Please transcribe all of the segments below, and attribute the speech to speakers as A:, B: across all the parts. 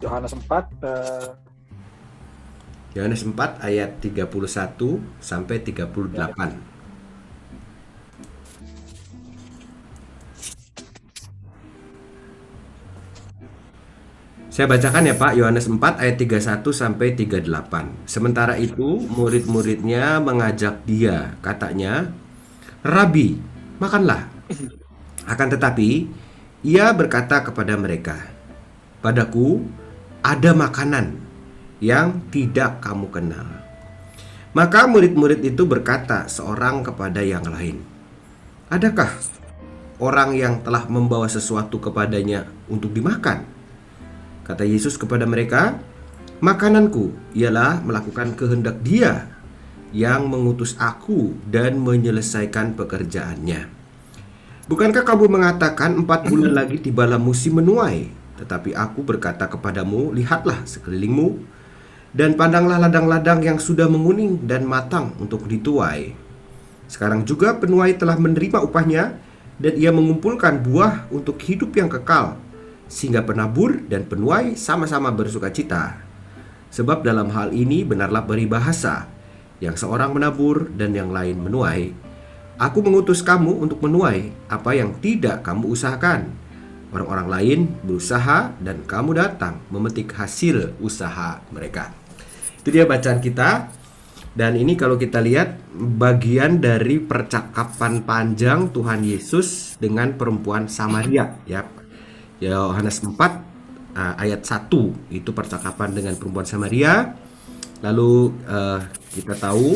A: Yohanes 4
B: Yohanes 4 ayat 31 sampai
A: ya.
B: 38. Saya bacakan ya Pak, Yohanes 4 ayat 31 sampai 38. Sementara itu, murid-muridnya mengajak dia, katanya, "Rabi, makanlah." Akan tetapi, ia berkata kepada mereka, "Padaku ada makanan yang tidak kamu kenal." Maka murid-murid itu berkata seorang kepada yang lain, "Adakah orang yang telah membawa sesuatu kepadanya untuk dimakan?" Kata Yesus kepada mereka, "Makananku ialah melakukan kehendak Dia yang mengutus aku dan menyelesaikan pekerjaannya. Bukankah kamu mengatakan 4 bulan lagi tibalah musim menuai? Tetapi aku berkata kepadamu, lihatlah sekelilingmu, dan pandanglah ladang-ladang yang sudah menguning dan matang untuk dituai. Sekarang juga penuai telah menerima upahnya, dan ia mengumpulkan buah untuk hidup yang kekal, sehingga penabur dan penuai sama-sama bersukacita. Sebab dalam hal ini benarlah peribahasa, yang seorang menabur dan yang lain menuai. Aku mengutus kamu untuk menuai apa yang tidak kamu usahakan. Orang-orang lain berusaha dan kamu datang memetik hasil usaha mereka." Itu dia bacaan kita. Dan ini kalau kita lihat bagian dari percakapan panjang Tuhan Yesus dengan perempuan Samaria ya. Yohanes 4 ayat 1 itu percakapan dengan perempuan Samaria. Lalu kita tahu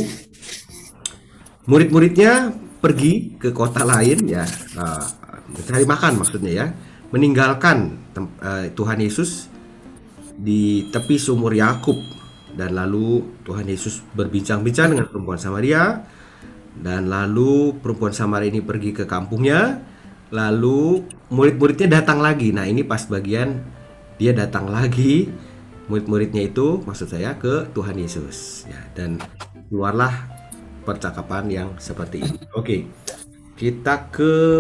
B: murid-muridnya pergi ke kota lain ya, mencari makan maksudnya ya, meninggalkan Tuhan Yesus di tepi sumur Yakub. Dan lalu Tuhan Yesus berbincang-bincang dengan perempuan Samaria. Dan lalu perempuan Samaria ini pergi ke kampungnya. Lalu murid-muridnya datang lagi. Nah ini pas bagian dia datang lagi, murid-muridnya itu maksud saya ke Tuhan Yesus ya, dan keluarlah percakapan yang seperti ini. Oke, kita ke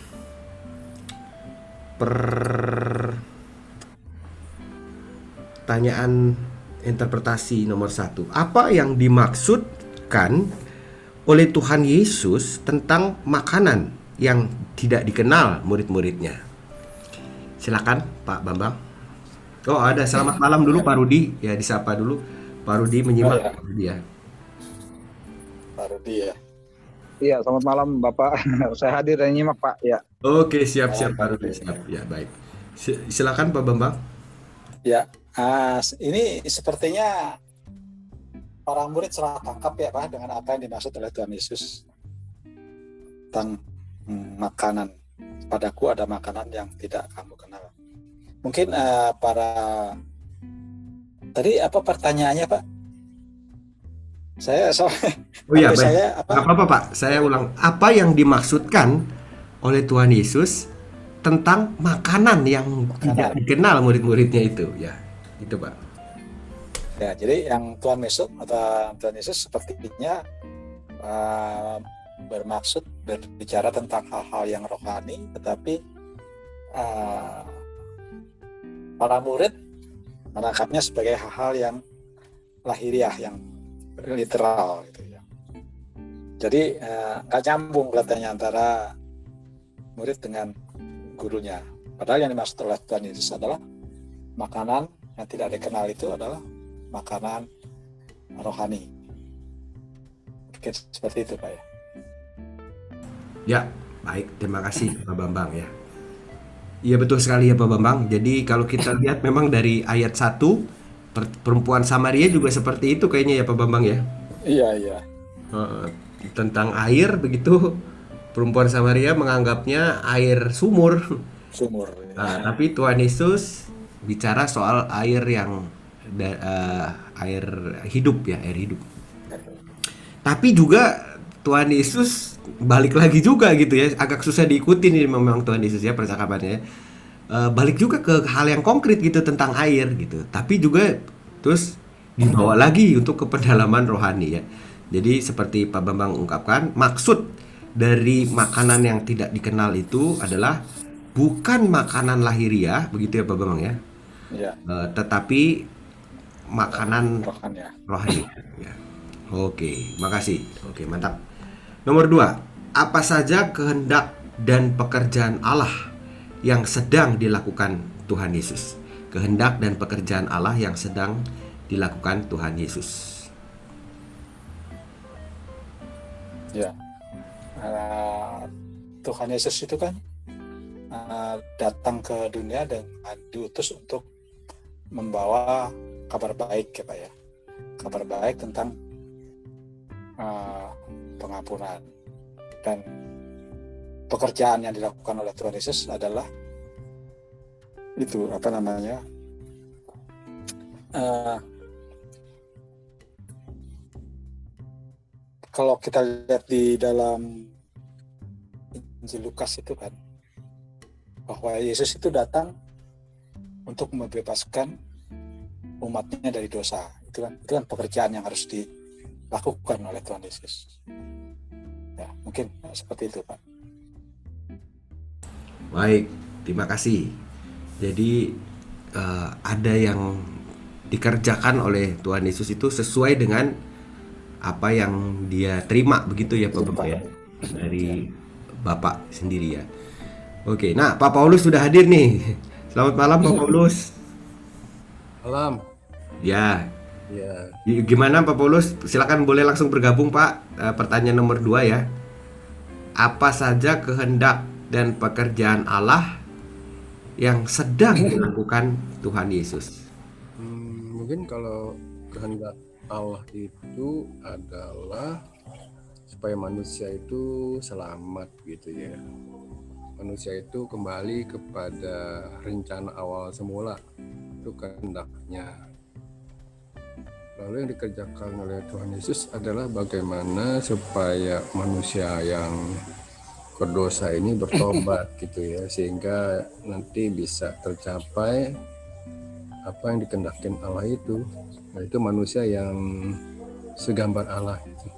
B: pertanyaan interpretasi nomor 1. Apa yang dimaksudkan oleh Tuhan Yesus tentang makanan yang tidak dikenal murid-muridnya? Silakan Pak Bambang. Oh ada, selamat malam dulu Pak Rudi. Ya disapa dulu. Pak Rudi
A: Oh
B: menyimak
A: ya,
B: dia.
A: Pak Rudi ya.
C: Iya, selamat malam Bapak. Saya hadir dan nyimak Pak. Ya,
B: Oke siap-siap
A: Malam
B: Pak
A: Pak
B: Rudi.
A: Rudi.
B: Siap. Ya baik. Silakan Pak Bambang.
A: Ya, ini sepertinya para murid salah tangkap ya Pak dengan apa yang dimaksud oleh Tuhan Yesus tentang makanan. Padaku ada makanan yang tidak kamu kenal. Mungkin tadi apa pertanyaannya Pak? Saya
B: Oh iya baik.
A: saya
B: Nggak apa-apa Pak. Saya ulang. Apa yang dimaksudkan oleh Tuhan Yesus tentang makanan yang tidak
A: makanan.
B: dikenal murid-muridnya itu? Ya, itu Pak.
A: Ya, jadi yang Tuhan Yesus sepertinya bermaksud berbicara tentang hal-hal yang rohani, tetapi para murid menangkapnya sebagai hal-hal yang lahiriah, yang literal gitu ya. Jadi nggak nyambung kelihatannya antara murid dengan gurunya. Padahal yang dimaksud oleh Tuhan Yesus adalah makanan yang tidak dikenal itu adalah makanan rohani. Mungkin seperti itu Pak ya.
B: Ya, baik. Terima kasih Pak Bambang ya. Iya betul sekali ya Pak Bambang. Jadi kalau kita lihat memang dari ayat 1 perempuan Samaria juga seperti itu kayaknya ya Pak Bambang ya.
A: Iya, iya.
B: Eh, Tentang air begitu, perempuan Samaria menganggapnya air sumur.
A: Sumur.
B: Nah, tapi Tuhan Yesus bicara soal air yang air hidup ya, air hidup. Tapi juga Tuhan Yesus balik lagi juga gitu ya, agak susah diikuti nih memang Tuhan Yesus ya percakapannya. Balik juga ke hal yang konkret gitu tentang air gitu. Tapi juga terus dibawa lagi untuk ke pendalaman rohani ya. Jadi seperti Pak Bambang ungkapkan, maksud dari makanan yang tidak dikenal itu adalah bukan makanan lahiriah begitu ya Pak Bambang ya.
A: Ya,
B: tetapi makanan
A: rohani ya.
B: rohani. Ya. Oke, makasih. Oke, mantap. Nomor 2, apa saja kehendak dan pekerjaan Allah yang sedang dilakukan Tuhan Yesus? Kehendak dan pekerjaan Allah yang sedang dilakukan Tuhan Yesus.
A: Ya, Tuhan Yesus itu kan datang ke dunia dan diutus untuk membawa kabar baik ya Pak ya. Kabar baik tentang pengampunan, dan pekerjaan yang dilakukan oleh Tuhan Yesus adalah itu kalau kita lihat di dalam Injil Lukas itu kan, bahwa Yesus itu datang untuk membebaskan umatnya dari dosa. Itu kan pekerjaan yang harus dilakukan oleh Tuhan Yesus. Ya, mungkin seperti itu, Pak.
B: Baik, terima kasih. Jadi ada yang dikerjakan oleh Tuhan Yesus itu sesuai dengan apa yang dia terima, begitu ya Pak Bapak ya, dari Bapak sendiri ya. Oke, nah Pak Paulus sudah hadir nih. Selamat malam Pak Paulus.
D: Malam.
B: Ya,
D: Ya,
B: gimana Pak Paulus? Silakan boleh langsung bergabung Pak. Pertanyaan nomor 2 ya. Apa saja kehendak dan pekerjaan Allah yang sedang dilakukan Tuhan Yesus?
D: mungkin kalau kehendak Allah itu adalah supaya manusia itu selamat gitu ya. Manusia itu kembali kepada rencana awal semula, itu kehendaknya. Lalu yang dikerjakan oleh Tuhan Yesus adalah bagaimana supaya manusia yang berdosa ini bertobat gitu ya, sehingga nanti bisa tercapai apa yang dikehendakin Allah itu, yaitu manusia yang segambar Allah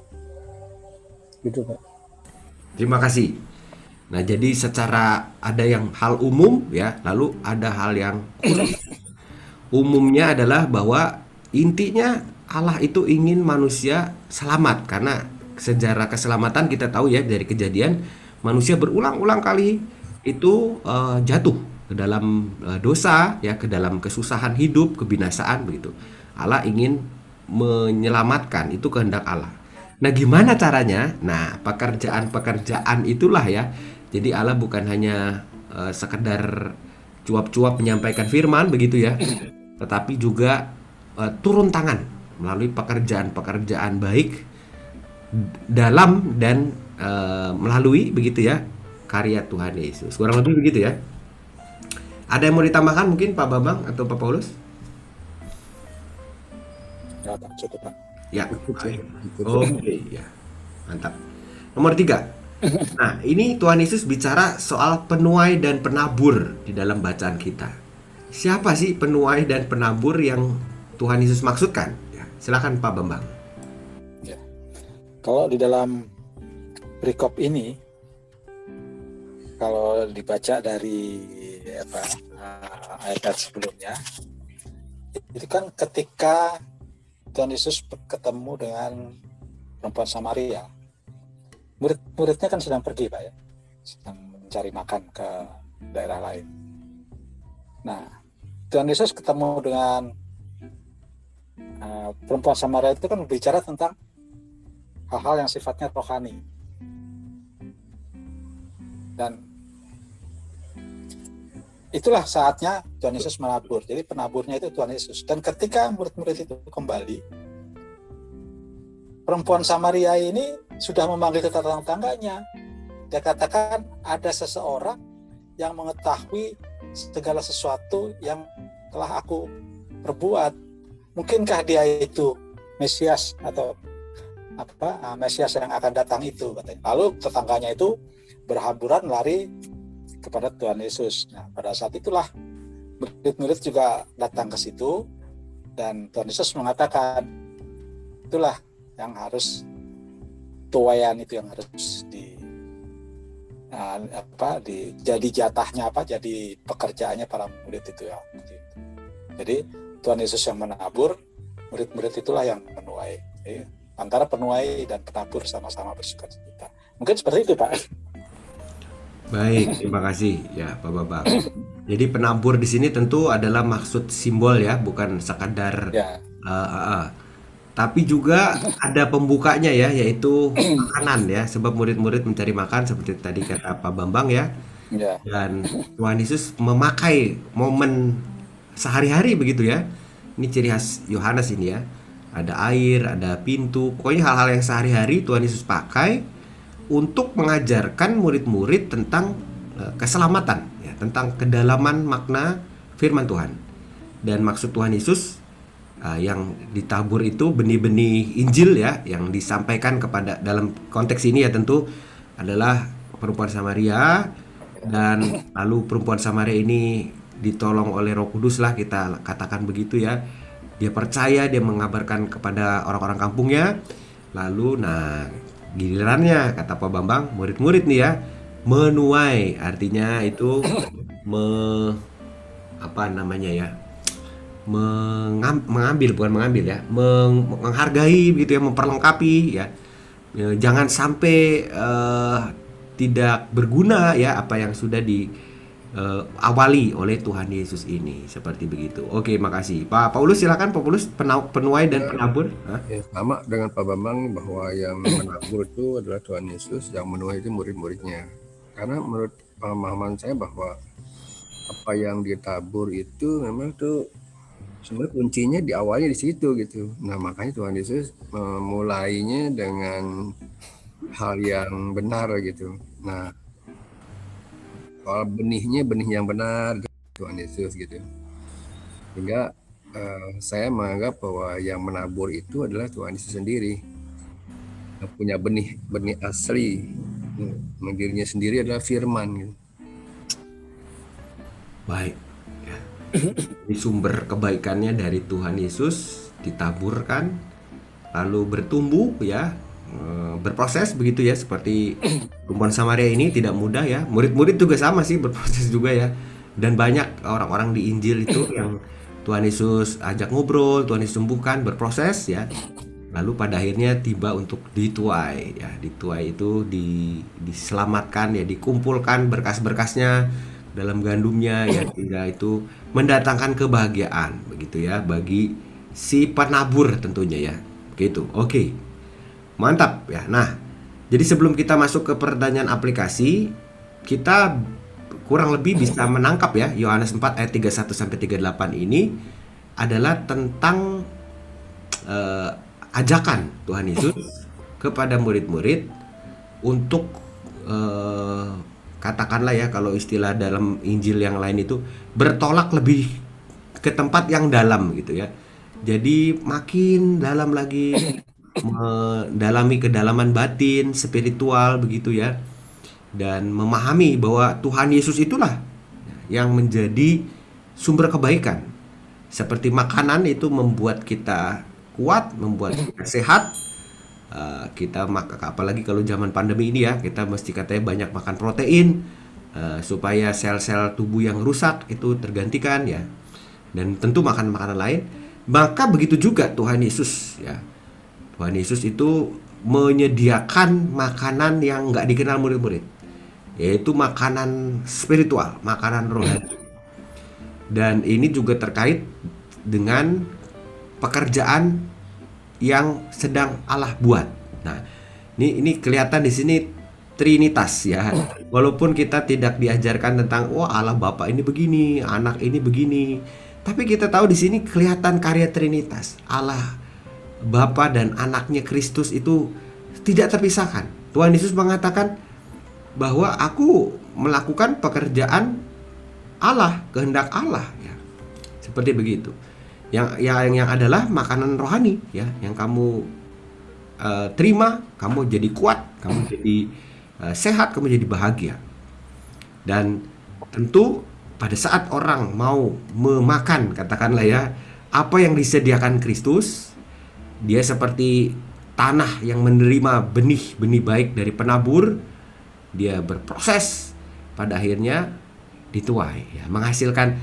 D: gitu Pak.
B: Terima kasih. Nah, jadi secara ada yang hal umum ya, lalu ada hal yang khusus. Umumnya adalah bahwa intinya Allah itu ingin manusia selamat, karena sejarah keselamatan kita tahu ya dari Kejadian, manusia berulang-ulang kali itu jatuh ke dalam dosa ya, ke dalam kesusahan hidup, kebinasaan begitu. Allah ingin menyelamatkan, itu kehendak Allah. Nah, gimana caranya? Nah, pekerjaan-pekerjaan itulah ya. Jadi Allah bukan hanya sekedar cuap-cuap menyampaikan firman begitu ya, tetapi juga turun tangan melalui pekerjaan-pekerjaan baik dalam dan melalui begitu ya karya Tuhan Yesus. Kurang lebih begitu ya. Ada yang mau ditambahkan mungkin Pak Bambang atau Pak Paulus?
A: Ya, Pak, cukup, Pak.
B: Ya, baik. Oke, ya. Mantap. Nomor 3. Nah, ini Tuhan Yesus bicara soal penuai dan penabur di dalam bacaan kita. Siapa sih penuai dan penabur yang Tuhan Yesus maksudkan? Ya, silakan Pak Bambang.
A: Ya. Kalau di dalam perikop ini, kalau dibaca dari ayat sebelumnya, itu kan ketika Tuhan Yesus ketemu dengan perempuan Samaria, murid-muridnya kan sedang pergi Pak ya, sedang mencari makan ke daerah lain. Nah, Tuhan Yesus ketemu dengan perempuan Samaria itu kan berbicara tentang hal-hal yang sifatnya rohani, dan itulah saatnya Tuhan Yesus menabur. Jadi penaburnya itu Tuhan Yesus. Dan ketika murid-murid itu kembali, perempuan Samaria ini sudah memanggil tetangga-tetangganya. Dia katakan, ada seseorang yang mengetahui segala sesuatu yang telah aku perbuat. Mungkinkah dia itu Mesias atau Mesias yang akan datang itu, katanya. Lalu tetangganya itu berhamburan lari kepada Tuhan Yesus. Nah, pada saat itulah murid-murid juga datang ke situ, dan Tuhan Yesus mengatakan, itulah yang harus tuaian itu yang harus jadi jatahnya jadi pekerjaannya para murid itu ya. Jadi Tuhan Yesus yang menabur, murid-murid itulah yang menuai. Jadi, antara penuai dan penabur sama-sama bersukacita. Mungkin seperti itu, Pak.
B: Baik, terima kasih ya Pak Bambang. Jadi penabur di sini tentu adalah maksud simbol ya, bukan sekadar
A: Ya,
B: tapi juga ada pembukanya ya, yaitu makanan ya, sebab murid-murid mencari makan seperti tadi kata Pak Bambang ya.
A: ya,
B: Dan Tuhan Yesus memakai momen sehari-hari begitu ya. Ini ciri khas Yohanes ini ya. Ada air, ada pintu, pokoknya hal-hal yang sehari-hari Tuhan Yesus pakai untuk mengajarkan murid-murid tentang keselamatan ya, tentang kedalaman makna firman Tuhan. Dan maksud Tuhan Yesus yang ditabur itu benih-benih Injil ya, yang disampaikan kepada, dalam konteks ini ya tentu adalah perempuan Samaria. Dan lalu perempuan Samaria ini ditolong oleh Roh Kudus lah, kita katakan begitu ya. Dia percaya, dia mengabarkan kepada orang-orang kampungnya. Lalu nah gilirannya kata Pak Bambang, murid-murid nih ya menuai, artinya itu apa namanya ya, mengambil, bukan mengambil ya, menghargai begitu ya, memperlengkapi ya. Jangan sampai tidak berguna ya apa yang sudah diawali oleh Tuhan Yesus ini, seperti begitu. Oke, makasih Pak Paulus, silakan Pak Paulus, penuai dan penabur.
D: Ya, sama dengan Pak Bambang bahwa yang menabur itu adalah Tuhan Yesus, yang menuai itu murid-muridnya. Karena menurut pemahaman saya bahwa apa yang ditabur itu memang tuh sebenarnya kuncinya di awalnya di situ gitu. Nah, makanya Tuhan Yesus memulainya dengan hal yang benar gitu. Nah, soal benihnya benih yang benar Tuhan Yesus gitu. Sehingga saya menganggap bahwa yang menabur itu adalah Tuhan Yesus sendiri. Yang punya benih asli, dirinya sendiri adalah firman gitu.
B: Baik ya. Ini sumber kebaikannya dari Tuhan Yesus ditaburkan, lalu bertumbuh ya, berproses begitu ya, seperti perempuan Samaria ini tidak mudah ya. Murid-murid juga sama sih, berproses juga ya. Dan banyak orang-orang di Injil itu yang Tuhan Yesus ajak ngobrol, Tuhan Yesus sembuhkan, berproses ya. Lalu pada akhirnya tiba untuk dituai ya. Dituai itu diselamatkan ya, dikumpulkan berkas-berkasnya dalam gandumnya ya, sehingga itu mendatangkan kebahagiaan begitu ya bagi si penabur tentunya ya. Begitu. Oke. Mantap ya. Nah, jadi sebelum kita masuk ke pertanyaan aplikasi, kita kurang lebih bisa menangkap ya, Yohanes 4 ayat 31 sampai 38 ini adalah tentang ajakan Tuhan Yesus kepada murid-murid untuk katakanlah ya, kalau istilah dalam Injil yang lain itu bertolak lebih ke tempat yang dalam gitu ya. Jadi makin dalam lagi, mendalami kedalaman batin, spiritual begitu ya. Dan memahami bahwa Tuhan Yesus itulah yang menjadi sumber kebaikan. Seperti makanan itu membuat kita kuat, membuat kita sehat. Kita apalagi kalau zaman pandemi ini ya, kita mesti katanya banyak makan protein supaya sel-sel tubuh yang rusak itu tergantikan ya. Dan tentu makan makanan lain. Maka begitu juga Tuhan Yesus ya. Tuhan Yesus itu menyediakan makanan yang nggak dikenal murid-murid, yaitu makanan spiritual, makanan rohani. Dan ini juga terkait dengan pekerjaan yang sedang Allah buat. Nah, ini kelihatan di sini Trinitas ya. Walaupun kita tidak diajarkan tentang Allah Bapa ini begini, anak ini begini, tapi kita tahu di sini kelihatan karya Trinitas. Allah Bapa dan anaknya Kristus itu tidak terpisahkan. Tuhan Yesus mengatakan bahwa aku melakukan pekerjaan Allah, kehendak Allah ya. Seperti begitu. Yang adalah makanan rohani ya, yang kamu terima, kamu jadi kuat, kamu jadi sehat, kamu jadi bahagia. Dan tentu pada saat orang mau memakan, katakanlah ya, apa yang disediakan Kristus, dia seperti tanah yang menerima benih-benih baik dari penabur. Dia berproses, pada akhirnya dituai ya, menghasilkan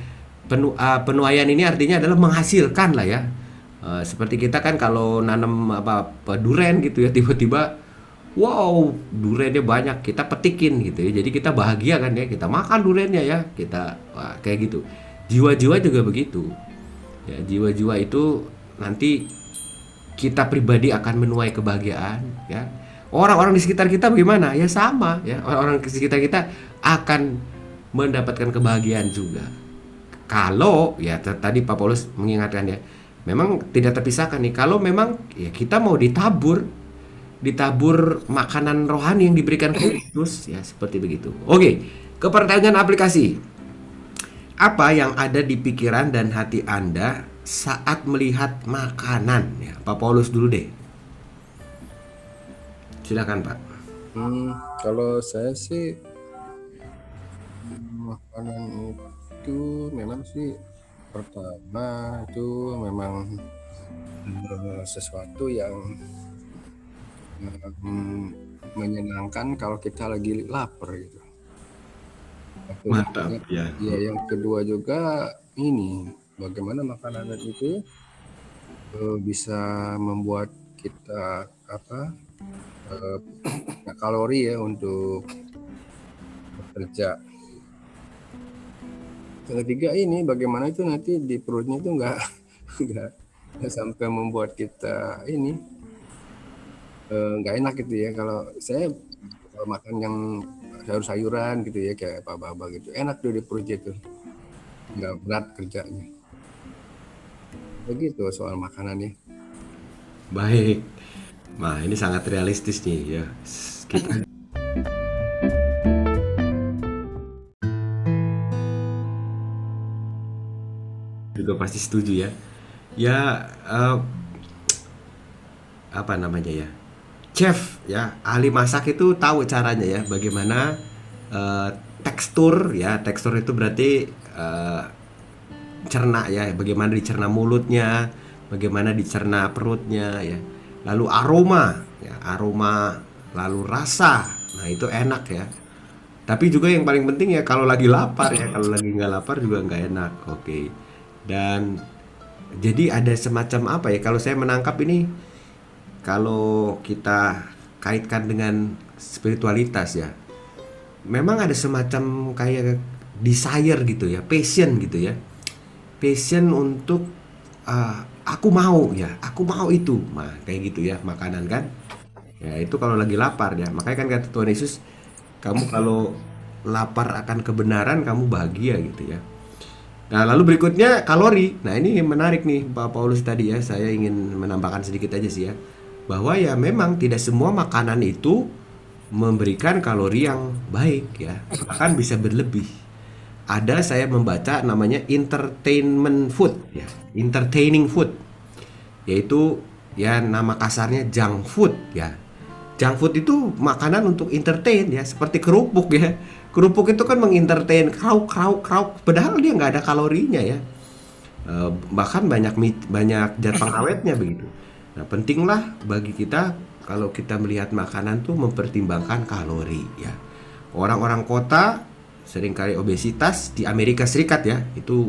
B: penuaian ini artinya adalah menghasilkan lah ya. Seperti kita kan kalau nanam apa duren gitu ya, tiba-tiba wow, durennya banyak, kita petikin gitu ya. Jadi kita bahagia kan ya, kita makan durennya ya, kita kayak gitu. Jiwa-jiwa juga begitu. Ya, jiwa-jiwa itu nanti kita pribadi akan menuai kebahagiaan ya. Orang-orang di sekitar kita bagaimana? Ya sama ya. Orang-orang di sekitar kita akan mendapatkan kebahagiaan juga. Kalau ya tadi Pak Paulus mengingatkan ya, memang tidak terpisahkan nih. Kalau memang ya kita mau ditabur makanan rohani yang diberikan Kristus ya, seperti begitu. Oke, ke pertanyaan aplikasi. Apa yang ada di pikiran dan hati Anda saat melihat makanan ya? Pak Paulus dulu deh. Silakan Pak.
D: Kalau saya sih makanan itu memang sih pertama itu memang sesuatu yang menyenangkan kalau kita lagi lapar gitu.
B: Mantap ya.
D: Ya, yang kedua juga ini bagaimana makanan itu bisa membuat kita kalori ya untuk bekerja. Yang ketiga ini bagaimana itu nanti di perutnya itu nggak sampai membuat kita ini nggak enak gitu ya. Kalau saya makan yang sayur-sayuran gitu ya kayak apa-apa gitu, enak tuh di perutnya tuh, nggak berat kerjanya. Begitu soal makanannya.
B: Baik. Nah, ini sangat realistis nih ya. Kita juga pasti setuju ya. Ya apa namanya ya? Chef ya, ahli masak itu tahu caranya ya, bagaimana tekstur ya. Tekstur itu berarti cerna ya, bagaimana dicerna mulutnya, bagaimana dicerna perutnya ya. Lalu aroma ya, lalu rasa. Nah, itu enak ya. Tapi juga yang paling penting ya kalau lagi lapar ya, kalau lagi nggak lapar juga nggak enak. Oke. Dan jadi ada semacam apa ya, kalau saya menangkap ini, kalau kita kaitkan dengan spiritualitas ya, memang ada semacam kayak desire gitu ya, passion gitu ya, passion untuk aku mau itu, nah kayak gitu ya makanan kan, ya itu kalau lagi lapar ya. Makanya kan kata Tuhan Yesus, kamu kalau lapar akan kebenaran kamu bahagia gitu ya. Nah, lalu berikutnya kalori. Nah, ini menarik nih Pak Paulus tadi ya. Saya ingin menambahkan sedikit aja sih ya, bahwa ya memang tidak semua makanan itu memberikan kalori yang baik ya, bahkan bisa berlebih. Ada saya membaca namanya entertainment food ya, entertaining food, yaitu ya nama kasarnya junk food ya. Junk food itu makanan untuk entertain ya, seperti kerupuk ya. Kerupuk itu kan mengentertain krauk, padahal dia nggak ada kalorinya ya. Bahkan banyak zat pengawetnya begitu. Nah, pentinglah bagi kita kalau kita melihat makanan tuh mempertimbangkan kalori ya. Orang-orang kota seringkali obesitas di Amerika Serikat ya. Itu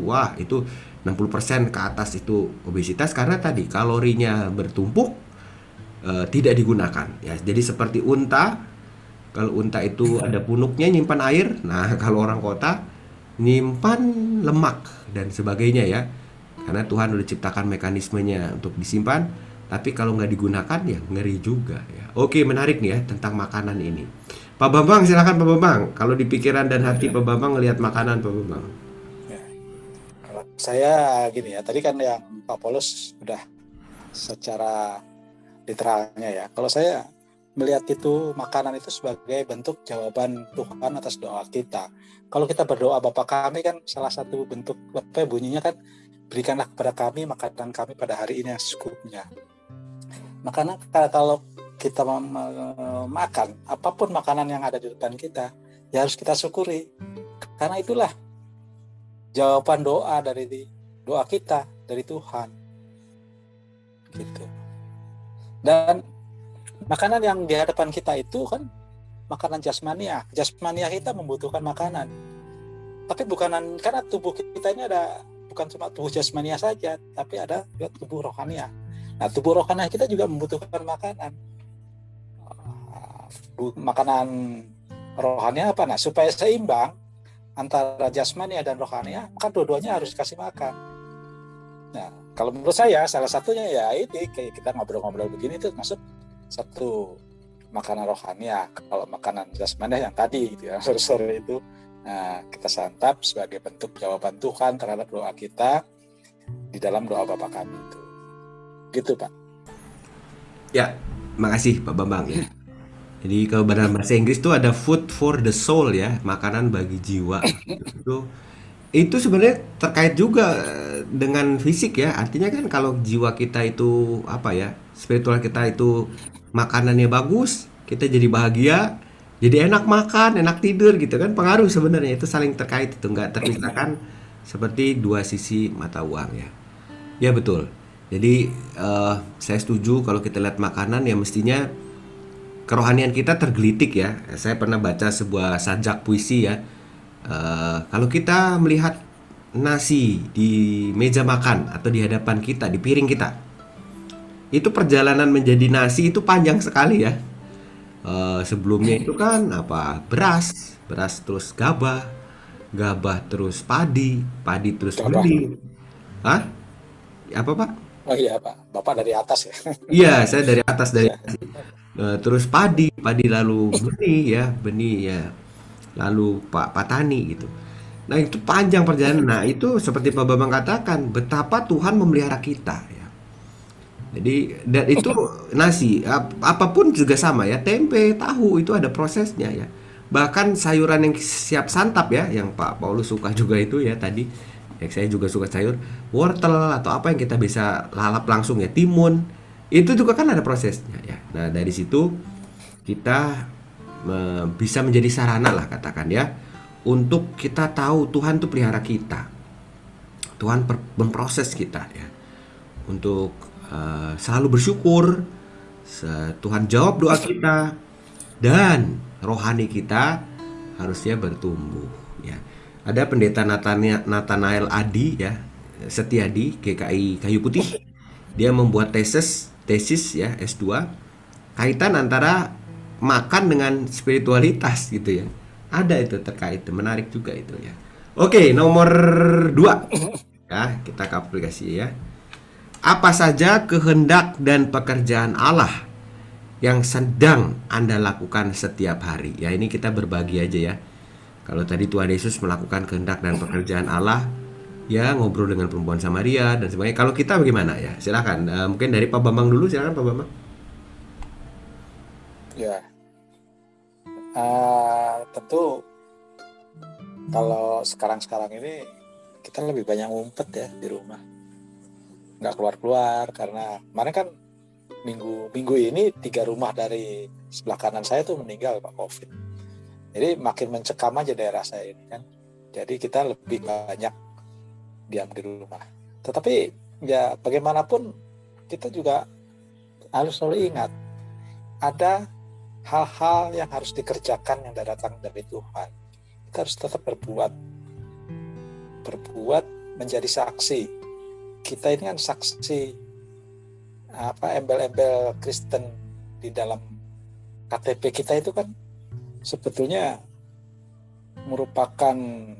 B: 60% ke atas itu obesitas karena tadi kalorinya bertumpuk, tidak digunakan ya. Jadi seperti unta, kalau unta itu ada punuknya nyimpan air. Nah, kalau orang kota nyimpan lemak dan sebagainya ya. Karena Tuhan udah ciptakan mekanismenya untuk disimpan, tapi kalau nggak digunakan ya ngeri juga ya. Oke, menarik nih ya tentang makanan ini. Pak Bambang, silakan Pak Bambang. Kalau di pikiran dan hati Pak Bambang ngelihat makanan Pak Bambang.
A: Ya. Kalau saya gini ya, tadi kan yang Pak Paulus sudah secara literalnya ya. Kalau saya melihat itu makanan itu sebagai bentuk jawaban Tuhan atas doa kita. Kalau kita berdoa Bapa kami kan salah satu bentuk bunyinya kan, berikanlah kepada kami makanan kami pada hari ini yang secukupnya. Makanya kalau kita makan apapun makanan yang ada di depan kita, ya harus kita syukuri. Karena itulah jawaban doa kita dari Tuhan. Gitu. Dan makanan yang di hadapan kita itu kan makanan jasmania. Jasmania kita membutuhkan makanan. tapi bukanan, karena tubuh kita ini ada bukan cuma tubuh jasmania saja, tapi ada juga tubuh rohania. Nah, tubuh rohania kita juga membutuhkan makanan. Makanan rohania apa? Nah, supaya seimbang antara jasmania dan rohania, maka dua-duanya harus dikasih makan. Nah, kalau menurut saya salah satunya ya ini, kayak kita ngobrol-ngobrol begini itu masuk satu makanan rohania. Kalau makanan jasmania yang tadi gitu ya, sore-sore itu, nah, kita santap sebagai bentuk jawaban Tuhan terhadap doa kita di dalam doa Bapa kami itu. Gitu, Pak.
B: Ya, makasih Pak Bambang ya. Jadi kalau dalam bahasa Inggris tuh ada food for the soul ya, makanan bagi jiwa. Itu sebenarnya terkait juga dengan fisik ya. Artinya kan kalau jiwa kita itu apa ya, spiritual kita itu makanannya bagus, kita jadi bahagia, jadi enak makan, enak tidur gitu kan. Pengaruh sebenarnya itu saling terkait, itu nggak terpisahkan seperti dua sisi mata uang ya. Ya betul. Jadi saya setuju kalau kita lihat makanan ya mestinya kerohanian kita tergelitik ya. Saya pernah baca sebuah sajak puisi ya. Kalau kita melihat nasi di meja makan atau di hadapan kita, di piring kita, itu perjalanan menjadi nasi itu panjang sekali ya. Sebelumnya itu kan apa? Beras terus gabah terus padi terus
A: Gabah.
B: benih. Hah? Apa Pak?
A: Oh iya, Pak. Bapak dari atas ya.
B: Iya, saya dari atas dari terus padi lalu benih ya, lalu petani gitu. Nah itu panjang perjalanan. Nah itu seperti Pak Bambang katakan, betapa Tuhan memelihara kita ya. Jadi dan itu nasi apapun juga sama ya, tempe, tahu itu ada prosesnya ya. Bahkan sayuran yang siap santap ya, yang Pak Paulus suka juga itu ya tadi. Ya, saya juga suka sayur, wortel atau apa yang kita bisa lalap langsung ya, timun. Itu juga kan ada prosesnya ya. Nah, dari situ kita bisa menjadi sarana lah katakan ya, untuk kita tahu Tuhan tuh pelihara kita. Tuhan memproses kita ya. Untuk selalu bersyukur, Tuhan jawab doa kita dan rohani kita harusnya bertumbuh ya. Ada pendeta Nathanael Adi ya, Setiadi GKI Kayu Putih. Dia membuat tesis ya S2 kaitan antara makan dengan spiritualitas gitu ya. Ada itu terkait, menarik juga itu ya. Oke, nomor 2 ya, kita ke aplikasi ya. Apa saja kehendak dan pekerjaan Allah yang sedang Anda lakukan setiap hari? Ya ini kita berbagi aja ya. Kalau tadi Tuhan Yesus melakukan kehendak dan pekerjaan Allah, ya ngobrol dengan perempuan Samaria dan sebagainya. Kalau kita bagaimana ya? Silakan. Mungkin dari Pak Bambang dulu, silakan Pak Bambang.
A: Ya, tentu kalau sekarang ini kita lebih banyak ngumpet ya di rumah, nggak keluar karena kemarin kan minggu ini 3 rumah dari sebelah kanan saya tuh meninggal Pak COVID. Jadi makin mencekam aja daerah saya ini kan. Jadi kita lebih banyak diam di rumah. Tetapi ya bagaimanapun kita juga harus selalu ingat ada hal-hal yang harus dikerjakan yang datang dari Tuhan. Kita harus tetap berbuat menjadi saksi. Kita ini kan saksi embel-embel Kristen di dalam KTP kita itu kan sebetulnya merupakan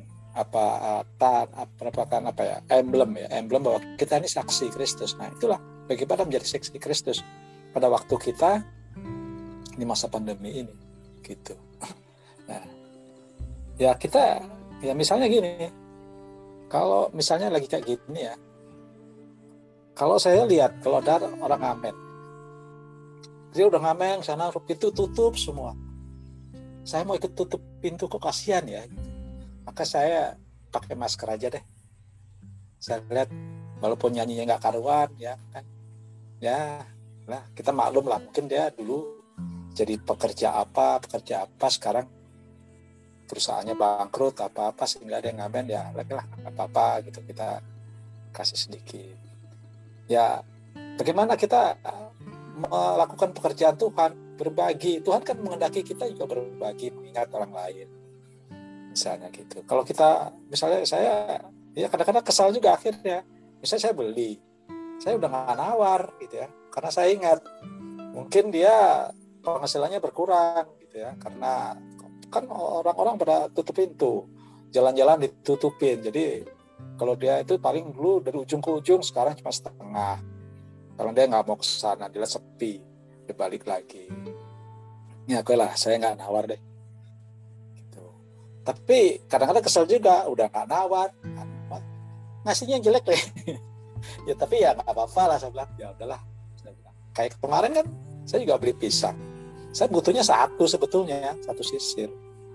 A: emblem bahwa kita ini saksi Kristus. Nah itulah bagaimana menjadi saksi Kristus pada waktu kita di masa pandemi ini gitu. Nah ya kita ya misalnya gini, kalau misalnya lagi kayak gini ya, kalau saya lihat kalau ada orang ngamen, dia udah ngamen sana pintu tutup semua, saya mau ikut tutup pintu kok kasihan ya, maka saya pakai masker aja deh. Saya lihat walaupun nyanyinya nggak karuan ya kan, ya lah kita maklum lah, mungkin dia dulu jadi pekerja apa sekarang perusahaannya bangkrut apa sehingga dia ngamen ya lah apa gitu, kita kasih sedikit. Ya bagaimana kita melakukan pekerjaan Tuhan, berbagi. Tuhan kan menghendaki kita juga berbagi, mengingat orang lain. misalnya gitu. Kalau kita misalnya saya ya kadang-kadang kesal juga akhirnya. Misalnya saya beli, saya udah nggak nawar gitu ya, karena saya ingat mungkin dia penghasilannya berkurang gitu ya, karena kan orang-orang pada tutup pintu, jalan-jalan ditutupin. Jadi kalau dia itu paling dulu dari ujung ke ujung, sekarang cuma setengah. Kalau dia nggak mau ke sana, dia sepi, dia balik lagi. Ya oke lah, saya nggak nawar deh. Gitu. Tapi kadang-kadang kesel juga, udah nggak nawar, ngasihnya jelek deh. Ya tapi ya nggak apa-apa lah, saya bilang. Ya udahlah. Saya bilang. Kayak kemarin kan, saya juga beli pisang. Saya butuhnya satu sebetulnya, satu sisir.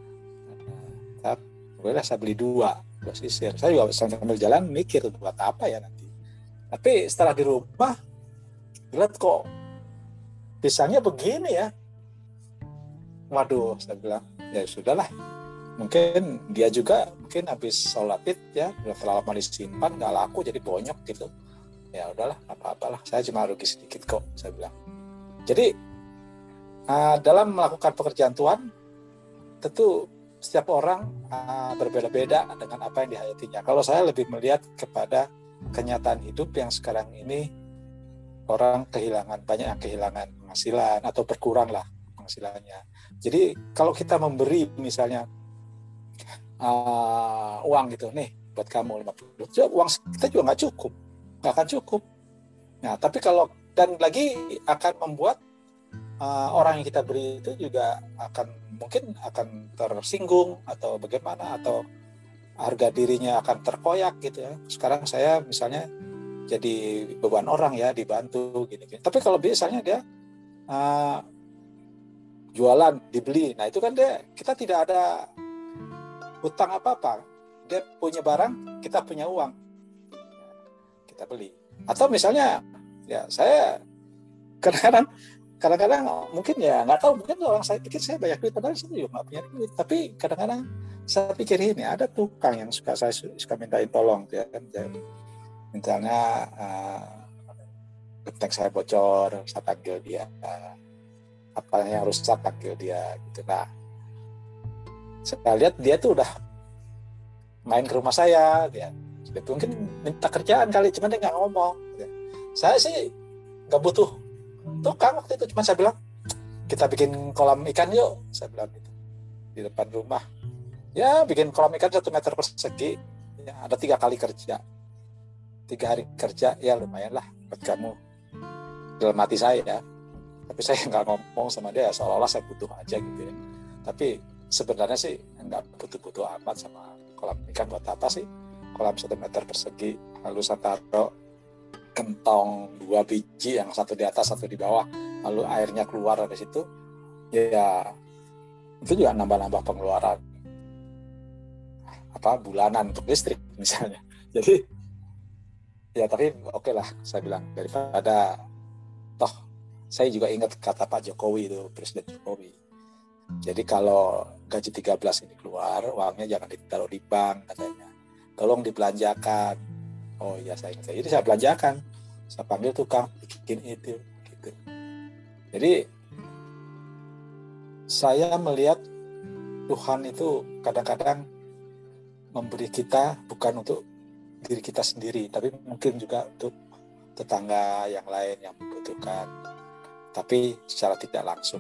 A: Boleh saya beli dua sisir. Saya juga sambil jalan mikir buat apa ya nanti. Tapi setelah di rumah, lihat kok pisangnya begini ya. Waduh, saya bilang, ya sudahlah. Mungkin dia juga mungkin habis sholat id ya, udah terlalu lama disimpan, nggak laku jadi bonyok gitu. Ya udahlah, apa-apalah. Saya cuma rugi sedikit kok, saya bilang. Jadi dalam melakukan pekerjaan Tuhan, tentu setiap orang berbeda-beda dengan apa yang dihayatinya. Kalau saya lebih melihat kepada kenyataan hidup yang sekarang ini, orang banyak yang kehilangan penghasilan atau berkurang lah penghasilannya. Jadi kalau kita memberi misalnya uang gitu, nih buat kamu 50, uang kita juga nggak akan cukup. Nah tapi kalau dan lagi akan membuat orang yang kita beri itu juga mungkin akan tersinggung atau bagaimana, atau harga dirinya akan terkoyak gitu ya. Sekarang saya misalnya jadi beban orang ya, dibantu gini-gini. Tapi kalau misalnya dia jualan, dibeli, nah itu kan kita tidak ada hutang apa-apa. Dia punya barang, kita punya uang, kita beli. Atau misalnya ya saya kadang-kadang mungkin ya nggak tahu, mungkin orang saya pikir saya banyak duit, padahal saya juga nggak punya duit. Tapi kadang-kadang saya pikir ini, ada tukang yang saya suka mintain tolong ya kan. Misalnya genteng saya bocor, saya panggil dia, apa yang rusak panggil dia gitu. Nah saya lihat dia tuh udah main ke rumah saya, dia mungkin minta kerjaan kali, cuman dia nggak ngomong. Saya sih nggak butuh tukang waktu itu, cuma saya bilang kita bikin kolam ikan yuk, saya bilang gitu di depan rumah. Ya bikin kolam ikan 1 meter persegi, ya, ada 3 kali kerja, 3 hari kerja, ya lumayan lah buat kamu. Dalam hati saya ya, tapi saya nggak ngomong sama dia, seolah-olah saya butuh aja gitu ya. Tapi sebenarnya sih nggak butuh-butuh amat sama kolam ikan. Buat apa sih kolam 1 meter persegi, lalu saya taruh kentong 2 biji, yang satu di atas satu di bawah, lalu airnya keluar dari situ, ya itu juga nambah-nambah pengeluaran bulanan untuk listrik misalnya. Jadi ya tapi oke lah, saya bilang, daripada toh saya juga ingat kata Pak Jokowi itu, Presiden Jokowi. Jadi kalau gaji 13 ini keluar, uangnya jangan ditaruh di bank katanya, tolong dibelanjakan. Oh iya saya ingat. Jadi saya belanjakan, saya panggil tukang bikin itu gitu. Jadi saya melihat Tuhan itu kadang-kadang memberi kita bukan untuk diri kita sendiri, tapi mungkin juga untuk tetangga yang lain yang membutuhkan, tapi secara tidak langsung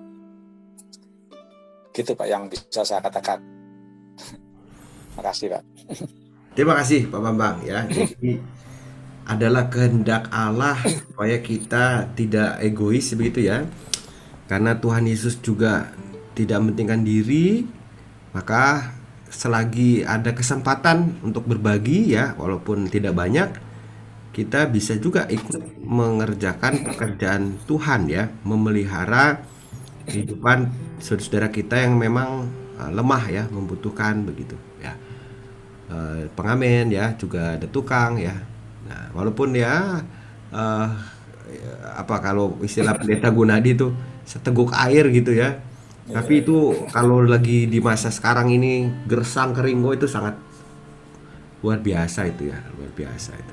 A: gitu Pak yang bisa saya katakan. Makasih Pak.
B: Terima kasih Pak Bambang ya. Jadi adalah kehendak Allah supaya kita tidak egois begitu ya. Karena Tuhan Yesus juga tidak mementingkan diri, maka selagi ada kesempatan untuk berbagi ya, walaupun tidak banyak, kita bisa juga ikut mengerjakan pekerjaan Tuhan ya, memelihara kehidupan saudara kita yang memang lemah ya, membutuhkan begitu ya. Pengamen ya, juga ada tukang ya. Nah, walaupun ya kalau istilah Pendeta Gunadi itu seteguk air gitu ya. Tapi itu kalau lagi di masa sekarang ini gersang keringo itu sangat luar biasa itu ya, luar biasa itu.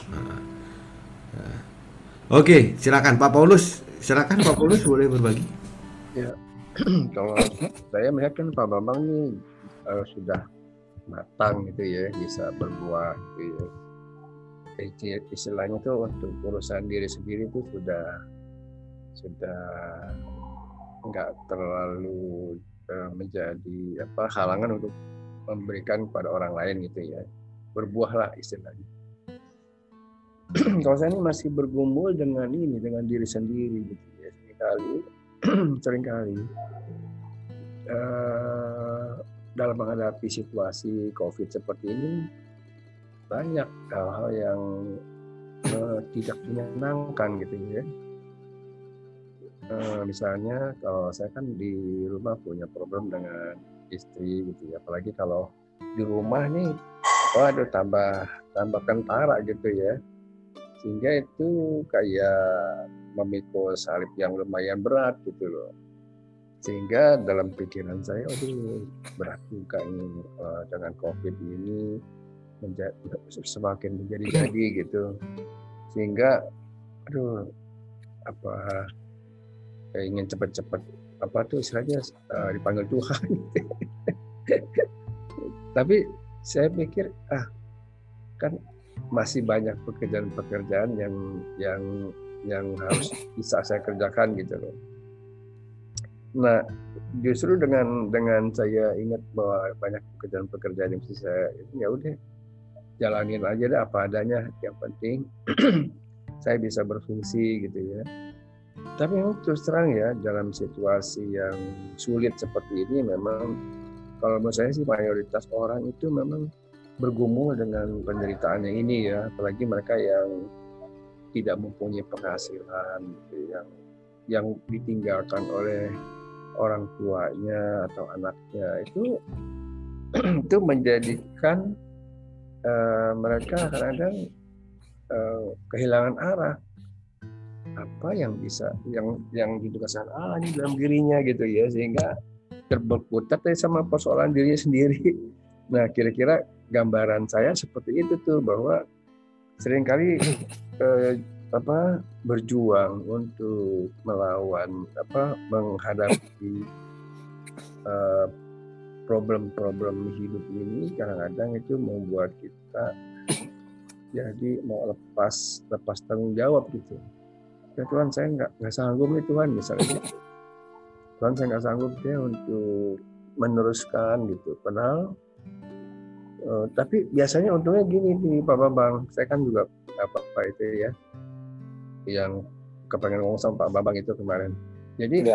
B: Oke, silakan Pak Paulus. Silakan Pak Paulus boleh berbagi.
D: Ya, kalau saya melihat kan Pak Bambang ini sudah matang gitu ya, bisa berbuah gitu ya. Istilahnya tuh untuk urusan diri sendiri tuh sudah nggak terlalu menjadi halangan untuk memberikan kepada orang lain gitu ya, berbuahlah istilahnya. Kalau saya ini masih bergumul dengan diri sendiri gitu ya, seringkali dalam menghadapi situasi COVID seperti ini banyak hal-hal yang tidak menyenangkan gitu ya. Misalnya kalau saya kan di rumah punya problem dengan istri gitu ya, apalagi kalau di rumah nih, waduh tambah kentara gitu ya, sehingga itu kayak memikul salib yang lumayan berat gitu loh, sehingga dalam pikiran saya, berat juga ini dengan COVID ini semakin menjadi-jadi gitu, sehingga ingin cepat-cepat istilahnya dipanggil Tuhan. Tapi saya pikir kan masih banyak pekerjaan-pekerjaan yang harus bisa saya kerjakan gitu loh. Nah, justru dengan saya ingat bahwa banyak pekerjaan-pekerjaan yang bisa saya, ya udah jalanin aja deh apa adanya, yang penting saya bisa berfungsi gitu ya. Tapi memang terus terang ya, dalam situasi yang sulit seperti ini memang kalau menurut saya sih mayoritas orang itu memang bergumul dengan penderitaannya ini ya, apalagi mereka yang tidak mempunyai penghasilan gitu, yang ditinggalkan oleh orang tuanya atau anaknya, itu menjadikan mereka kadang-kadang kehilangan arah. Apa yang bisa yang ditugaskan Allah ini dalam dirinya gitu ya, sehingga terberkutat sama persoalan dirinya sendiri. Nah, kira-kira gambaran saya seperti itu tuh, bahwa seringkali berjuang untuk melawan menghadapi problem-problem hidup ini, kadang-kadang itu membuat kita jadi mau lepas tanggung jawab gitu. Ya Tuhan, saya nggak sanggup nih Tuhan, misalnya Tuhan, saya nggak sanggup ya untuk meneruskan gitu. Padahal tapi biasanya untungnya gini nih Pak Bambang, saya kan juga itu ya yang kepengen ngomong sama Pak Bambang itu kemarin. Jadi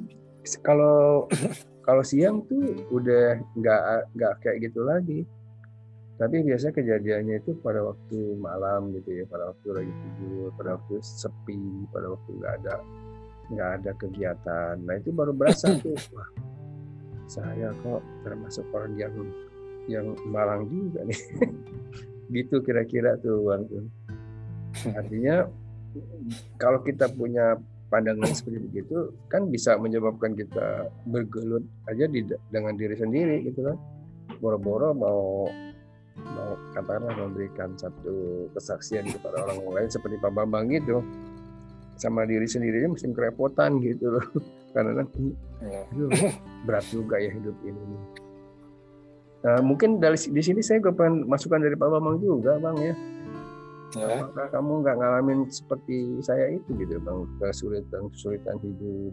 D: kalau siang tuh udah nggak kayak gitu lagi. Tapi biasanya kejadiannya itu pada waktu malam gitu ya, pada waktu lagi tidur, pada waktu sepi, pada waktu nggak ada kegiatan. Nah itu baru berasa tuh, wah saya kok termasuk orang yang malang juga nih. Gitu kira-kira tuh Bang. Artinya kalau kita punya pandangan seperti begitu, kan bisa menyebabkan kita bergelut aja dengan diri sendiri gitu kan. Boro-boro mau katakanlah memberikan satu kesaksian kepada orang lain seperti Pak Bambang gitu, sama diri sendirinya mesti kerepotan gitu loh, karena berat juga ya hidup ini. Nah, mungkin di sini saya pengen masukan dari Pak Bambang juga Bang ya. Apakah kamu nggak ngalamin seperti saya itu gitu Bang, kesulitan hidup,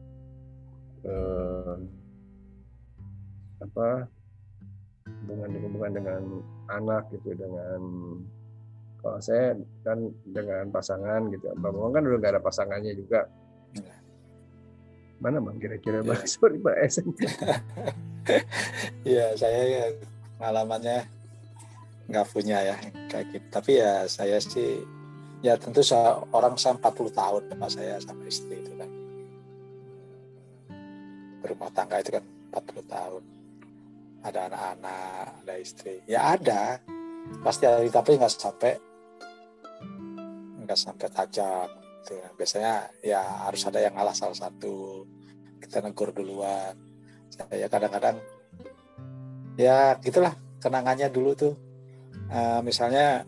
D: hubungan dengan anak gitu, dengan kalau saya kan dengan pasangan gitu, Bang kan udah nggak ada pasangannya juga. Mana Bang kira-kira Bang? Sorry Pak Esen.
A: Ya saya pengalamannya nggak punya ya kayak gitu. Tapi ya saya sih ya tentu orang 40 tahun Pak saya sama istri itu kan berumah tangga itu kan 40 tahun. Ada anak-anak, ada istri. Ya ada, pasti ada, tapi nggak sampai tajam. Gitu. Biasanya ya harus ada yang ngalah salah satu. Kita negur duluan. Saya kadang-kadang ya gitulah kenangannya dulu tuh. Misalnya